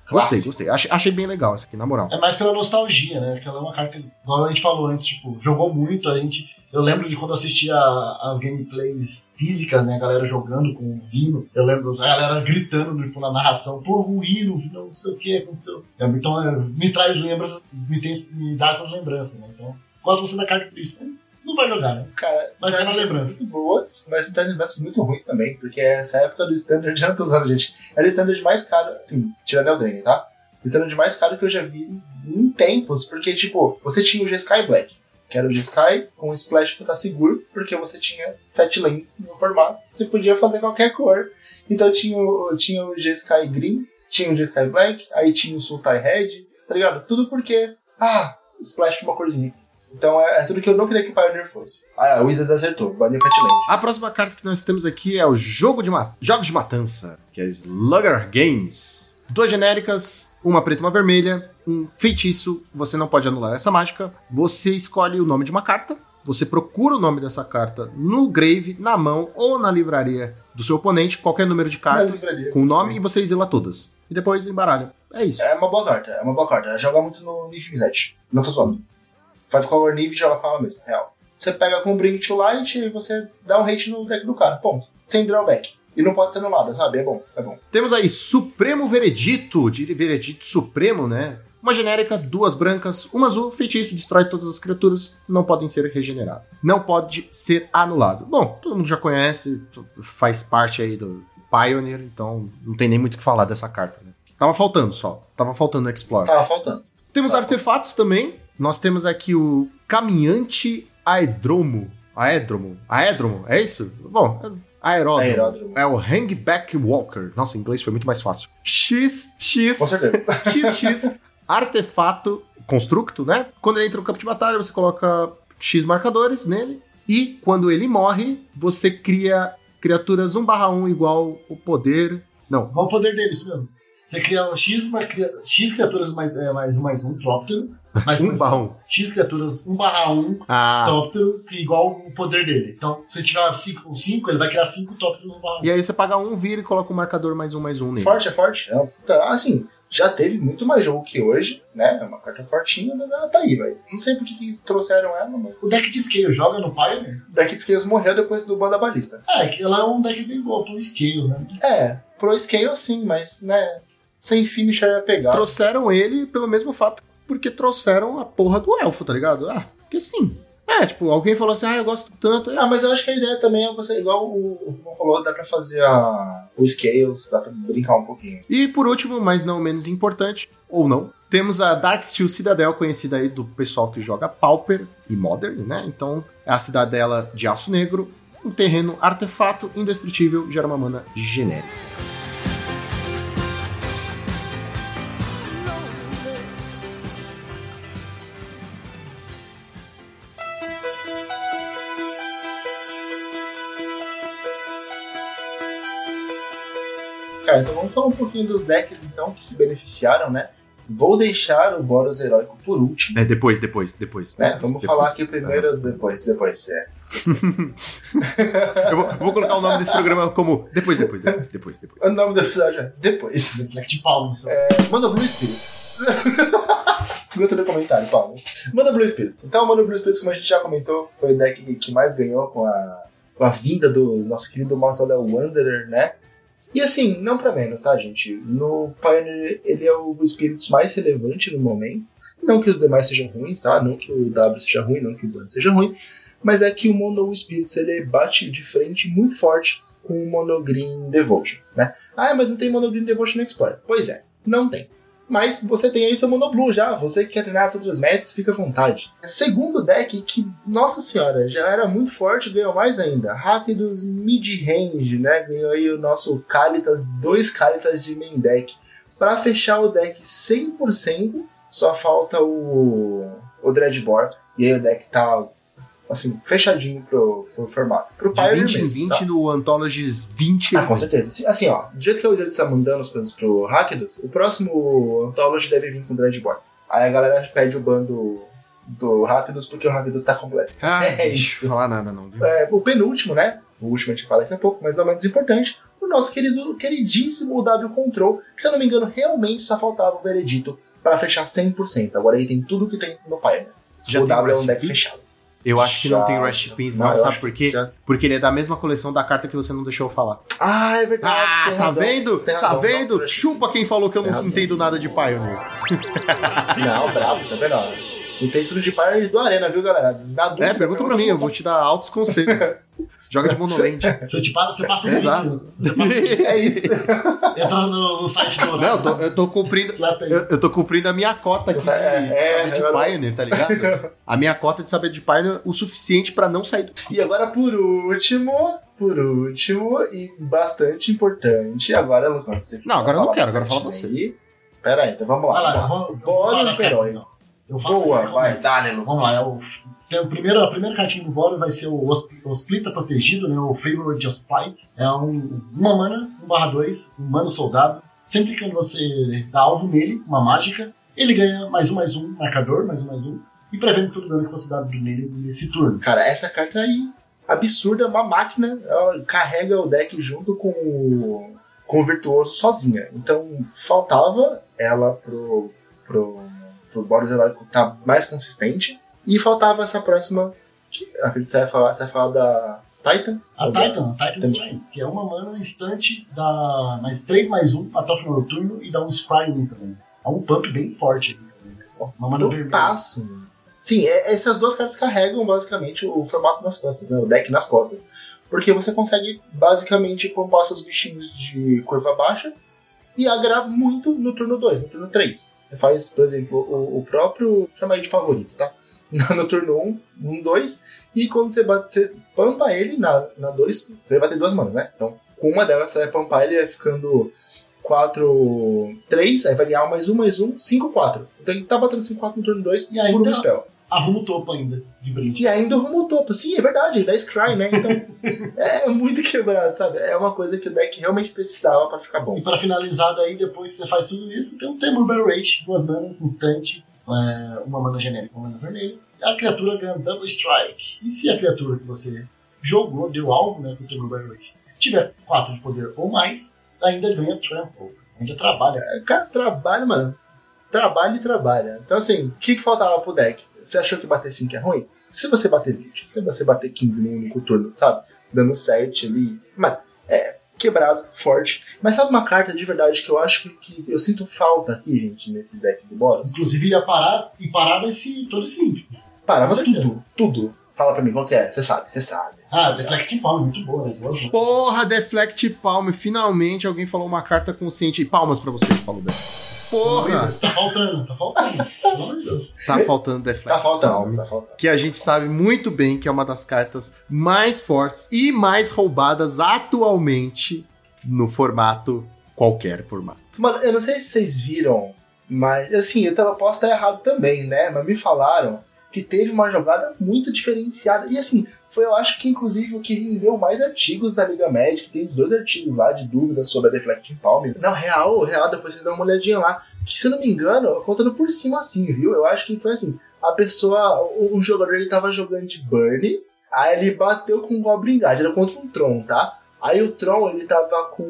S1: Gostei, gostei. Achei, achei bem legal essa aqui, na moral.
S3: É mais pela nostalgia, né? Porque ela é uma carta que, igual a gente falou antes, tipo, jogou muito, a gente... Eu lembro de quando eu assistia as gameplays físicas, né? A galera jogando com o hino. Eu lembro a galera gritando tipo, na narração, pô, o hino, não sei o que aconteceu. Então, é, me traz lembranças, me, tem, me dá essas lembranças, né? Então, gosto você da carta por isso. Não vai jogar, né?
S2: Cara,
S3: mas
S2: traz lembranças muito boas, mas traz lembranças muito ruins também, porque essa época do Standard, já não tô usando, gente, era o Standard mais caro, assim, tirando Eldraine, tá? O Standard mais caro que eu já vi em tempos, porque, tipo, você tinha o G-Sky Black, que era o G-Sky com o Splash pra estar seguro, porque você tinha Fat Lands no formato, você podia fazer qualquer cor. Então tinha o, tinha o G-Sky Green, tinha o G-Sky Black, aí tinha o Sultai Red, tá ligado? Tudo porque, ah, Splash de uma corzinha. Então é, é tudo que eu não queria que o Pioneer fosse. Ah, o Wizards acertou, baniu Fat Land.
S1: A próxima carta que nós temos aqui é o Jogo de Ma- Jogos de Matança, que é Slugger Games. Duas genéricas, uma preta e uma vermelha, um feitiço, você não pode anular essa mágica, você escolhe o nome de uma carta, você procura o nome dessa carta no grave, na mão ou na livraria do seu oponente, qualquer número de cartas com o nome, e você exila todas. E depois embaralha. É isso.
S2: É uma boa carta, é uma boa carta. Ela joga muito no Nif Zet. Não tô zoando. Faz color Nif e joga com ela mesmo, real. Você pega com o Bring to Light e você dá um hate no deck do cara, ponto. Sem drawback. E não pode ser anulada, sabe? É bom, é bom.
S1: Temos aí Supremo Veredito, de Veredito Supremo, né? Uma genérica, duas brancas, uma azul, feitiço, destrói todas as criaturas, não podem ser regeneradas. Não pode ser anulado. Bom, todo mundo já conhece, faz parte aí do Pioneer, então não tem nem muito o que falar dessa carta, né? Tava faltando só, tava faltando o Explorer.
S2: Tava faltando.
S1: Temos
S2: Tava
S1: artefatos faltando. Também, nós temos aqui o Caminhante Aedromo. Aedromo? Aedromo, é isso? Bom... Aeródromo.
S2: Aeródromo.
S1: É o Hangback Walker. Nossa, em inglês foi muito mais fácil. X, X.
S2: Com certeza.
S1: X, X. Artefato, constructo, né? Quando ele entra no campo de batalha, você coloca X marcadores nele. E quando ele morre, você cria criaturas um barra um igual o poder... Não.
S3: Qual o poder dele, isso mesmo? Você cria um X, uma, X criaturas mais, é, mais um, mais um, Tróptero. Mais
S1: um barra um.
S3: X criaturas um barra um,
S1: ah.
S3: Tróptero, igual o poder dele. Então, se tiver cinco, ele vai criar cinco Trópteros no barra um.
S1: E aí você paga um, vira e coloca o um marcador mais um, mais um nele.
S2: Forte, é forte. É, tá, assim, já teve muito mais jogo que hoje, né? É uma carta fortinha, mas ela tá aí, velho. Não sei por que que trouxeram ela, mas...
S3: O deck de Scale joga no Pioneer?
S2: O deck de Scales morreu depois do Banda Balista.
S3: É, ela é um deck bem igual pro Scale, né?
S2: É, pro Scale sim, mas, né... Sem finisher ia pegar.
S1: Trouxeram ele pelo mesmo fato, porque trouxeram a porra do elfo, tá ligado? Ah, porque sim. É, tipo, alguém falou assim, ah, eu gosto tanto.
S2: Ah, mas eu acho que a ideia também é você, igual o Romão falou, dá pra fazer a, o Scales, dá pra brincar um pouquinho.
S1: E por último, mas não menos importante, ou não, temos a Darksteel Citadel, conhecida aí do pessoal que joga Pauper e Modern, né? Então, é a cidadela de aço negro, um terreno artefato indestrutível, gera uma mana genérica.
S2: Cara, então vamos falar um pouquinho dos decks, então, que se beneficiaram, né? Vou deixar o Boros Heróico por último.
S1: É, depois, depois, depois.
S2: Né?
S1: depois
S2: vamos
S1: depois,
S2: falar aqui primeiro,
S1: é.
S2: depois, depois, é.
S1: eu, vou, eu vou colocar o nome desse programa como depois, depois, depois, depois, depois.
S2: O nome do episódio é depois.
S3: Deflect Palm.
S2: É, Mono Blue Spirits. Gostei do comentário, Paulo. Mono Blue Spirits. Então, Mono Blue Spirits, como a gente já comentou, foi o deck que mais ganhou com a, com a vinda do nosso querido Mausoleum Wanderer, né? E assim, não pra menos, tá, gente? No Pioneer, ele é o Spirits mais relevante no momento. Não que os demais sejam ruins, tá? Não que o W seja ruim, não que o Band seja ruim. Mas é que o Mono Spirits, ele bate de frente muito forte com o Mono Green Devotion, né? Ah, mas não tem Mono Green Devotion no Explorer. Pois é, não tem. Mas você tem aí seu Mono Blue já. Você que quer treinar as outras metas, fica à vontade. Segundo deck que, nossa senhora, já era muito forte, ganhou mais ainda. Rakdos Mid-Range, né? Ganhou aí o nosso Kalitas, dois Kalitas de main deck. Pra fechar o deck cem por cento, só falta o, o Dreadbore. E aí o deck tá, assim, fechadinho pro, pro formato. Pro
S1: de vinte em vinte tá? No Anthologies vinte.
S2: Ah, com certeza. Assim, assim, ó, do jeito que a Wizard está mandando as coisas pro Rakdos, o próximo Anthology deve vir com Dreadbore. Aí a galera pede o ban do, do Rakdos porque o Rakdos tá completo.
S1: Ah,
S2: é
S1: isso. Não falar nada não, viu?
S2: É, o penúltimo, né? o último a gente fala daqui a pouco, mas não menos importante, o nosso querido, queridíssimo W Control, que se eu não me engano, realmente só faltava o Veredito para fechar cem por cento. Agora ele tem tudo que tem no Pioneer.
S1: Já
S2: o
S1: tem
S2: W é um
S1: Rush
S2: deck
S1: Pins?
S2: fechado.
S1: Eu acho que
S2: Já,
S1: não tem Rush Pins,
S2: não,
S1: não,
S2: eu
S1: sabe
S2: acho
S1: por
S2: que
S1: quê?
S2: já.
S1: Porque ele é da mesma coleção da carta que você não deixou eu falar.
S2: Ah, é verdade.
S1: Ah,
S2: você tem
S1: tá
S2: razão,
S1: vendo?
S2: você tem
S1: Tá
S2: razão,
S1: vendo?
S2: não,
S1: Chupa quem falou que eu não
S2: Tem razão.
S1: entendo nada de Pioneer.
S2: Não, bravo, tá vendo? Entende tudo de Pioneer do Arena, viu, galera? Na dúvida,
S1: É, pergunta pra mim, eu vou te dar altos conselhos. Joga de monoland.
S3: Você, te passa, você passa um
S1: Exato.
S3: vídeo. Você passa,
S2: É isso.
S3: entra no, no site do
S1: Não, eu tô, eu tô cumprindo.
S3: Lá tem.
S1: Eu, eu tô cumprindo a minha cota aqui de,
S2: É, é,
S1: de
S2: eu-
S1: Pioneer, tá ligado? A minha cota de saber de Pioneer o suficiente pra não sair do.
S2: E agora, por último, por último, e bastante importante, agora, Lucas, você
S1: Não, agora eu não
S2: fala
S1: quero, agora
S2: bastante
S1: fala você.
S2: aí. Pera aí, então vamos lá.
S3: Vai lá, eu
S2: Vamos lá.
S3: vou, eu vou falar
S2: Bora
S3: das
S2: esse
S3: cartas,
S2: herói.
S3: então. Eu falo
S2: Boa,
S3: das
S2: vai,
S3: cartas.
S2: dá-lhe, Lucas.
S3: Vamos lá, é o, tem o primeiro, a primeira cartinha do Boro vai ser o Hosp- Hosplita Protegido, né, o Favorite of Spite. É um, uma mana, um barra dois, um mano soldado. Sempre que você dá alvo nele, uma mágica, ele ganha mais um, mais um, marcador, mais um, mais um, e prevendo todo o dano que você dá nele nesse turno.
S2: Cara, essa carta aí, absurda, uma máquina, ela carrega o deck junto com o, com o Virtuoso sozinha. Então, faltava ela pro, pro, pro Boros Heróico estar mais consistente, e faltava essa próxima, que acredito que você vai falar, você vai falar da Titan?
S3: A
S2: Ou da-
S3: Titan, a Titan Strength, que é uma mana instante, dá mais três mais um até o final do turno e dá um Scry um também. É um pump bem forte. Uma mana vermelha.
S2: Putaço. Sim, é- essas duas cartas carregam basicamente o formato nas costas, né? O deck nas costas. Porque você consegue basicamente pompar seus bichinhos de curva baixa e agrar muito no turno dois, no turno três. Você faz, por exemplo, o, o próprio. Chama aí de favorito, tá? No turno um, um, dois, e quando você bate, você pampa ele na, na dois, você vai ter duas manas, né? Então, com uma delas você vai pampar ele, vai ficando quatro, três, aí vai ganhar mais um, mais um, cinco, quatro. Então ele tá batendo cinco, quatro no turno dois
S3: E ainda-
S2: por um spell.
S3: Arruma o topo ainda, de brinde.
S2: E ainda arruma o topo. Sim, é verdade, ele dá Scry, né? Então é muito quebrado, sabe? É uma coisa que o deck realmente precisava pra ficar
S3: E
S2: bom.
S3: pra finalizar daí, depois que você faz tudo isso, tem um Temur Rage, duas manas, instante, é, uma mana genérica, uma mana vermelha. A criatura ganha Double Strike. E se a criatura que você jogou, deu alvo, né, com o Temur Rage, tiver quatro de poder ou mais, ainda ganha Trample. Ainda trabalha.
S2: É, cara, trabalha, mano. Trabalha e trabalha. Então, assim, o que, que faltava pro deck? Você achou que bater cinco é ruim? Se você bater vinte, se você bater quinze no único turno, sabe? Dando sete ali. Mano, é quebrado, forte. Mas sabe uma carta de verdade que eu acho que, que eu sinto falta aqui, gente, nesse deck do Boros?
S3: Inclusive ia parar e parava esse, todo esse ímpeto.
S2: Parava
S3: Com certeza.
S2: tudo, tudo. Fala pra mim, qual que é? Você sabe, você sabe.
S3: Ah,
S2: Cê
S3: Deflecting Palm, muito boa, né? Duas manas.
S1: Porra, Deflect Palm. Finalmente alguém falou uma carta consciente. E palmas pra você que falou dessa. Porra!
S3: Tá faltando, tá faltando. Pelo amor de Deus.
S1: Tá faltando Deflect
S2: Tá faltando,
S1: Palm.
S2: tá faltando.
S1: Que a gente sabe muito bem que é uma das cartas mais fortes e mais roubadas atualmente no formato, qualquer formato.
S2: Mano, eu não sei se vocês viram, mas assim, eu tava, posso estar errado também, né? Mas me falaram que teve uma jogada muito diferenciada. E assim, foi eu acho que inclusive o que rendeu mais artigos da Liga Magic. Tem os dois artigos lá de dúvidas sobre a Deflecting Palm. Não, real, real, depois vocês dão uma olhadinha lá. Que se eu não me engano, contando por cima assim, viu? Eu acho que foi assim, a pessoa, um jogador ele tava jogando de Burn, aí ele bateu com o Goblin Guard, era contra um Tron, tá? Aí o Tron, ele tava com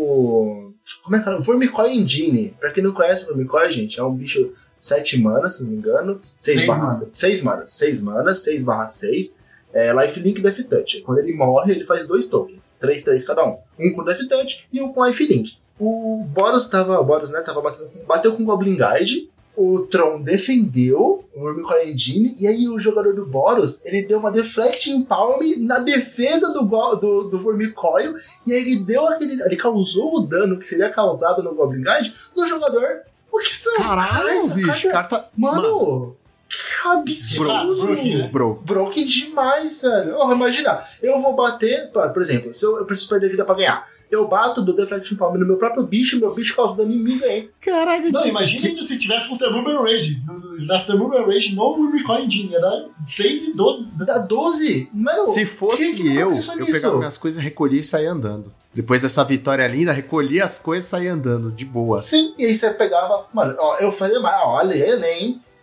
S2: o... Como é que é? O Vermicoil Engine. Pra quem não conhece o Vermicoil, gente, é um bicho sete manas, se não me engano. seis manas. seis manas. seis manas, seis barra seis. É, Lifelink e Death Touch. Quando ele morre, ele faz dois tokens. três, três cada um. Um com Death Touch e um com Lifelink. O Boros tava... O Boros, né, tava batendo com... Bateu com o Goblin Guide. O Tron defendeu o Vermicoil Engine, e aí o jogador do Boros, ele deu uma Deflecting Palm na defesa do, go- do, do Vermicoil, e aí ele deu aquele... Ele causou o dano que seria causado no Goblin Guide no jogador. O que são?
S1: Caralho,
S2: essa
S1: bicho,
S2: carta-
S1: carta.
S2: Mano, que absurdo.
S3: Bro- broken, né?
S1: Bro.
S2: Broken demais, velho. Oh, imagina, eu vou bater, por por exemplo, se eu, eu preciso perder vida pra ganhar, eu bato do Deflecting Palm no meu próprio bicho, meu bicho causa dano em mim e ganhei.
S1: Caraca,
S3: Não,
S1: que-
S3: imagina ainda se tivesse com o Temur Rage. Das Temur Rage no Recoil Engine. Era seis e doze.
S2: Dá doze? Mano,
S1: Se fosse
S2: quem que
S1: eu,
S2: pensou
S1: eu
S2: nisso?
S1: pegava minhas coisas, recolhia e saía andando. Depois dessa vitória linda, recolhia as coisas e saía andando, de boa.
S2: Sim, e aí você pegava. Mano, ó, eu falei, mas olha ele, hein?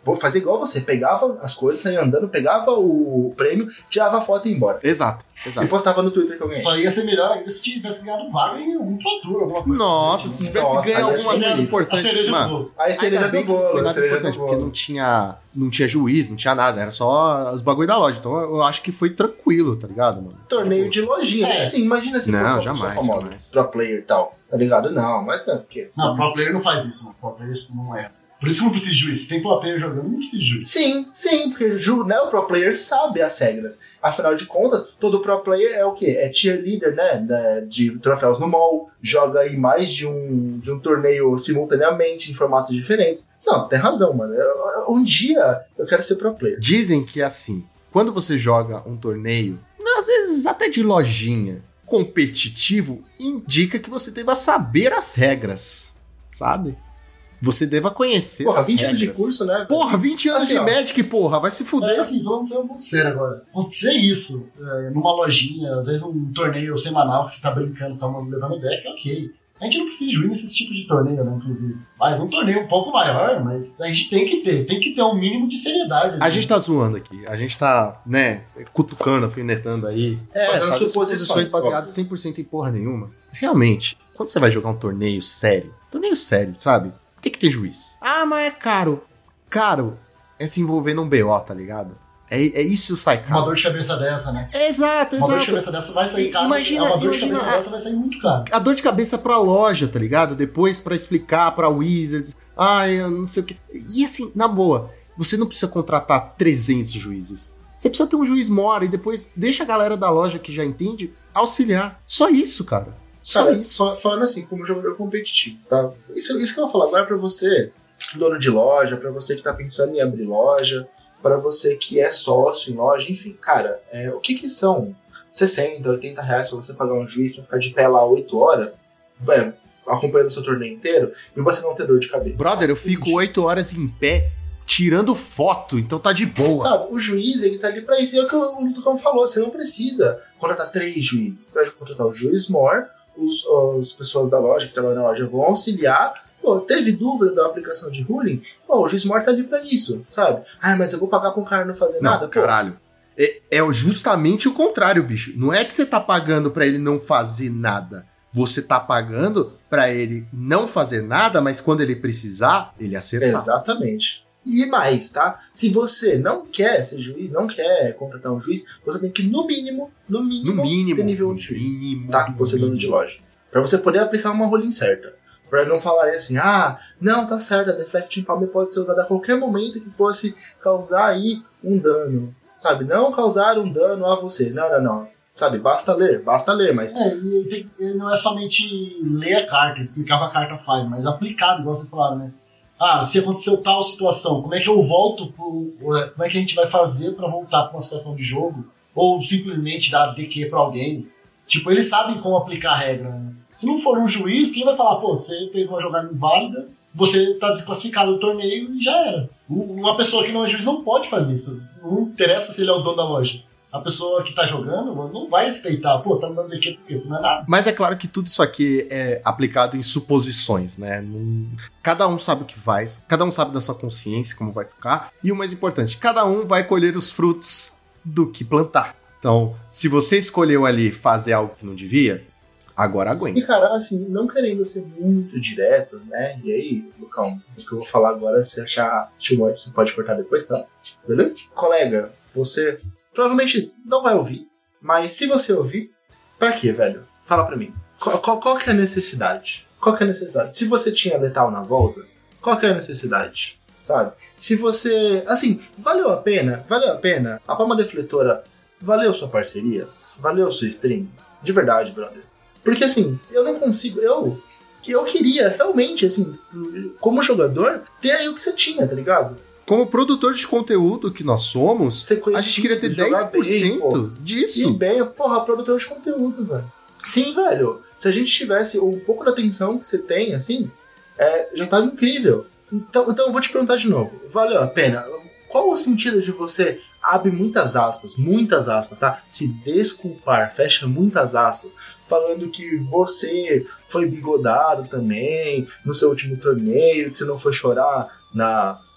S2: vou fazer igual você, pegava as coisas, saía andando, pegava o prêmio, tirava a foto e ia embora.
S1: Exato, exato.
S2: E postava no Twitter que eu ganhei.
S3: Só ia ser melhor ainda se tivesse ganhado vaga em algum Pro Tour, alguma coisa.
S1: Nossa, se tivesse
S2: Nossa,
S1: ganho
S2: aí
S1: alguma
S2: sim,
S1: coisa
S2: a
S1: importante,
S3: cereja
S1: mano.
S3: do bolo.
S2: Aí cereja
S1: Ainda bem
S2: do
S1: que não
S2: bolo,
S1: foi nada
S2: cereja do
S1: importante,
S2: bolo.
S1: porque não tinha, não tinha juiz, não tinha nada, era só os bagulho da loja. Então eu acho que foi tranquilo, tá ligado, mano?
S2: Torneio de lojinha.
S3: É.
S2: Assim, imagina se
S1: Não,
S2: fosse uma
S1: jamais,
S2: pessoa famosa,
S1: jamais.
S2: pro player e tal, tá ligado? Não, mas não, porque...
S3: Não, Pro Player não faz isso, mano. Pro Player não é. Por isso que não precisa de juiz. Se tem Pro Player jogando, não precisa de juiz.
S2: Sim, sim, porque ju- né, o pro player sabe as regras. Afinal de contas, todo pro player é o quê? É cheerleader, né? né, De troféus no mall, joga aí mais de um, de um torneio simultaneamente, em formatos diferentes. Não, tem razão, mano. Eu- um dia eu quero ser pro player.
S1: Dizem que assim, quando você joga um torneio, às vezes até de lojinha, competitivo, indica que você deva saber as regras, sabe? Você deva conhecer
S2: Porra,
S1: as
S2: vinte anos de
S1: regras.
S2: curso, né?
S1: Porra, vinte anos
S2: Assim,
S1: de
S2: ó.
S1: Magic, porra, vai se
S3: É
S1: fuder.
S3: assim, vamos ter um ponto sério agora. Acontecer isso é, numa lojinha, às vezes um torneio semanal que você tá brincando, você tá levando deck, ok. A gente não precisa de juiz nesse tipo de torneio, né, inclusive. Mas um torneio um pouco maior, mas a gente tem que ter, tem que ter um mínimo de seriedade.
S1: A gente tá zoando aqui, a gente tá, né, cutucando, alfinetando aí. É,
S2: Fazendo
S1: fazendo
S2: suposições,
S1: suposições baseadas
S2: óbvio.
S1: cem por cento em porra nenhuma. Realmente, quando você vai jogar um torneio sério, torneio sério, sabe? Tem que ter juiz. Ah, mas é caro. Caro é se envolver num B O, tá ligado? É, é isso sai
S3: Uma
S1: caro.
S3: dor de cabeça dessa, né?
S1: Exato,
S3: Uma dor de
S1: exato.
S3: cabeça dessa vai sair
S1: E-
S3: caro.
S1: imagina-
S3: uma dor
S1: imagina
S3: de cabeça
S1: a-
S3: dessa vai sair muito caro.
S1: A dor de cabeça pra loja, tá ligado? Depois pra explicar pra Wizards. Ai, eu não sei o que. E assim, na boa, você não precisa contratar trezentos juízes. Você precisa ter um juiz mora e depois deixa a galera da loja que já entende auxiliar. Só isso, cara. Só
S2: Cara,
S1: isso.
S2: fa- falando assim, como jogador competitivo, tá? Isso, isso que eu vou falar agora é pra você, dono de loja, pra você que tá pensando em abrir loja, pra você que é sócio em loja, enfim, cara, é, o que que são sessenta, oitenta reais pra você pagar um juiz pra ficar de pé lá oito horas, véio, acompanhando o seu torneio inteiro, e você não ter dor de cabeça?
S1: Brother, eu fico oito horas em pé tirando foto, então tá de boa.
S2: Sabe, o juiz, ele tá ali pra isso. E é o que o Tucão falou, você não precisa contratar três juízes. Você vai contratar o juiz mor, os, as pessoas da loja que trabalham na loja vão auxiliar. Pô, teve dúvida da aplicação de ruling? Pô, o juiz mor tá ali pra isso, sabe? Ah, mas eu vou pagar pra um cara não fazer
S1: Não,
S2: nada? Pô,
S1: caralho. É, é justamente o contrário, bicho. Não é que você tá pagando pra ele não fazer nada. Você tá pagando pra ele não fazer nada, mas quando ele precisar, ele acertar.
S2: exatamente. E mais, tá? Se você não quer ser juiz, não quer contratar um juiz, você tem que, no mínimo, no mínimo,
S1: No mínimo.
S2: ter nível
S1: no
S2: de juiz.
S1: mínimo,
S2: Tá?
S1: no
S2: Você é dono
S1: mínimo.
S2: de loja. Pra você poder aplicar uma ruling certa. Pra não falarem assim, ah, não, tá certo, a Deflecting Palm pode ser usada a qualquer momento que fosse causar aí um dano. Sabe? Não causar um dano a você. Não, não, não. Sabe? Basta ler, basta ler, mas...
S3: É, e tem- e não é somente ler a carta, explicar o que a carta faz, mas aplicado, igual vocês falaram, né? Ah, se aconteceu tal situação, como é que eu volto pro... Como é que a gente vai fazer pra voltar pra uma situação de jogo? Ou simplesmente dar D Q pra alguém? Tipo, eles sabem como aplicar a regra, né? Se não for um juiz, quem vai falar, pô, você fez uma jogada inválida, você tá desclassificado do torneio e já era. Uma pessoa que não é juiz não pode fazer isso. Não interessa se ele é o dono da loja. A pessoa que tá jogando não vai respeitar. Pô, você tá me dando D Q porque isso não é nada.
S1: Mas é claro que tudo isso aqui é aplicado em suposições, né? Não- Cada um sabe o que faz, cada um sabe da sua consciência, como vai ficar. E o mais importante, cada um vai colher os frutos do que plantar. Então, se você escolheu ali fazer algo que não devia, agora
S2: E,
S1: aguenta.
S2: cara, assim, não querendo ser muito direto, né? E aí, Lucão, o que eu vou falar agora, se achar too much, você pode cortar depois, tá? Beleza? Colega, você provavelmente não vai ouvir, mas se você ouvir, pra quê, velho? Fala pra mim. Qual, qual, qual que é a necessidade? Qual que é a necessidade? Se você tinha letal na volta, qual que é a necessidade? Sabe? Se você... Assim, valeu a pena? Valeu a pena? A palma defletora valeu sua parceria? Valeu sua stream? De verdade, brother. Porque assim, eu não consigo... Eu, eu queria realmente, assim, como jogador, ter aí o que você tinha, tá ligado?
S1: Como produtor de conteúdo que nós somos,
S2: Ser
S1: a gente queria ter
S2: conhecido, jogar
S1: dez por cento
S2: bem, pô.
S1: disso.
S2: E bem, porra, produtor de conteúdo, velho. Sim, velho. Se a gente tivesse um pouco da atenção que você tem, assim, é, já tava incrível. Então, então eu vou te perguntar de novo. Valeu a pena? Qual o sentido de você abre muitas aspas, muitas aspas, tá? Se desculpar, fecha muitas aspas, falando que você foi bigodado também no seu último torneio, que você não foi chorar na,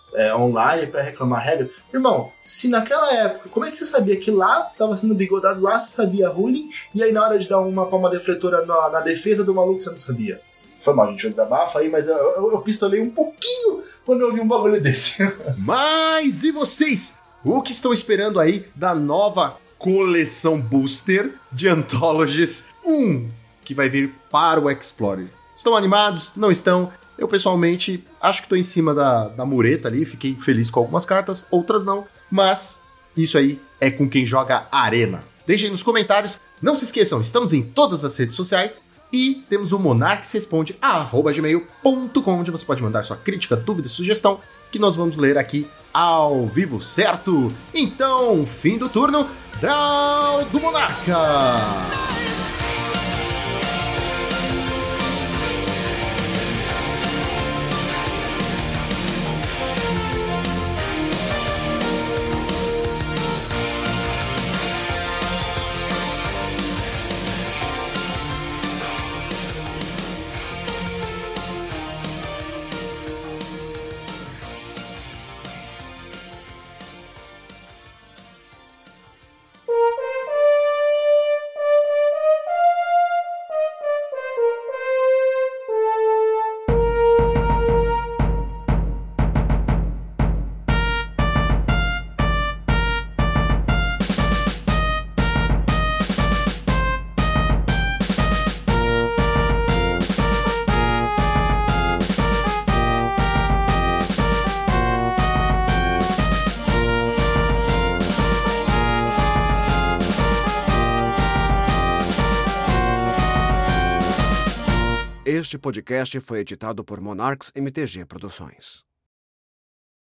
S2: é, online pra reclamar regra. Irmão, se naquela época, como é que você sabia que lá estava sendo bigodado, lá você sabia ruling, e aí na hora de dar uma palma defletora na, na defesa do maluco você não sabia? Foi mal, gente, eu desabafo aí, mas eu, eu, eu pistolei um pouquinho quando eu vi um bagulho desse.
S1: Mas e vocês? O que estão esperando aí da nova coleção Booster de Anthologies um, que vai vir para o Explorer? Estão animados? Não estão? Eu, pessoalmente, acho que estou em cima da, da mureta ali, fiquei feliz com algumas cartas, outras não, mas isso aí é com quem joga Arena. Deixem nos comentários, não se esqueçam, estamos em todas as redes sociais e temos o monarques responde arroba gmail ponto com, onde você pode mandar sua crítica, dúvida e sugestão, que nós vamos ler aqui ao vivo, certo? Então, fim do turno, Draw do Monarca!
S5: Este podcast foi editado por Monarques M T G Produções.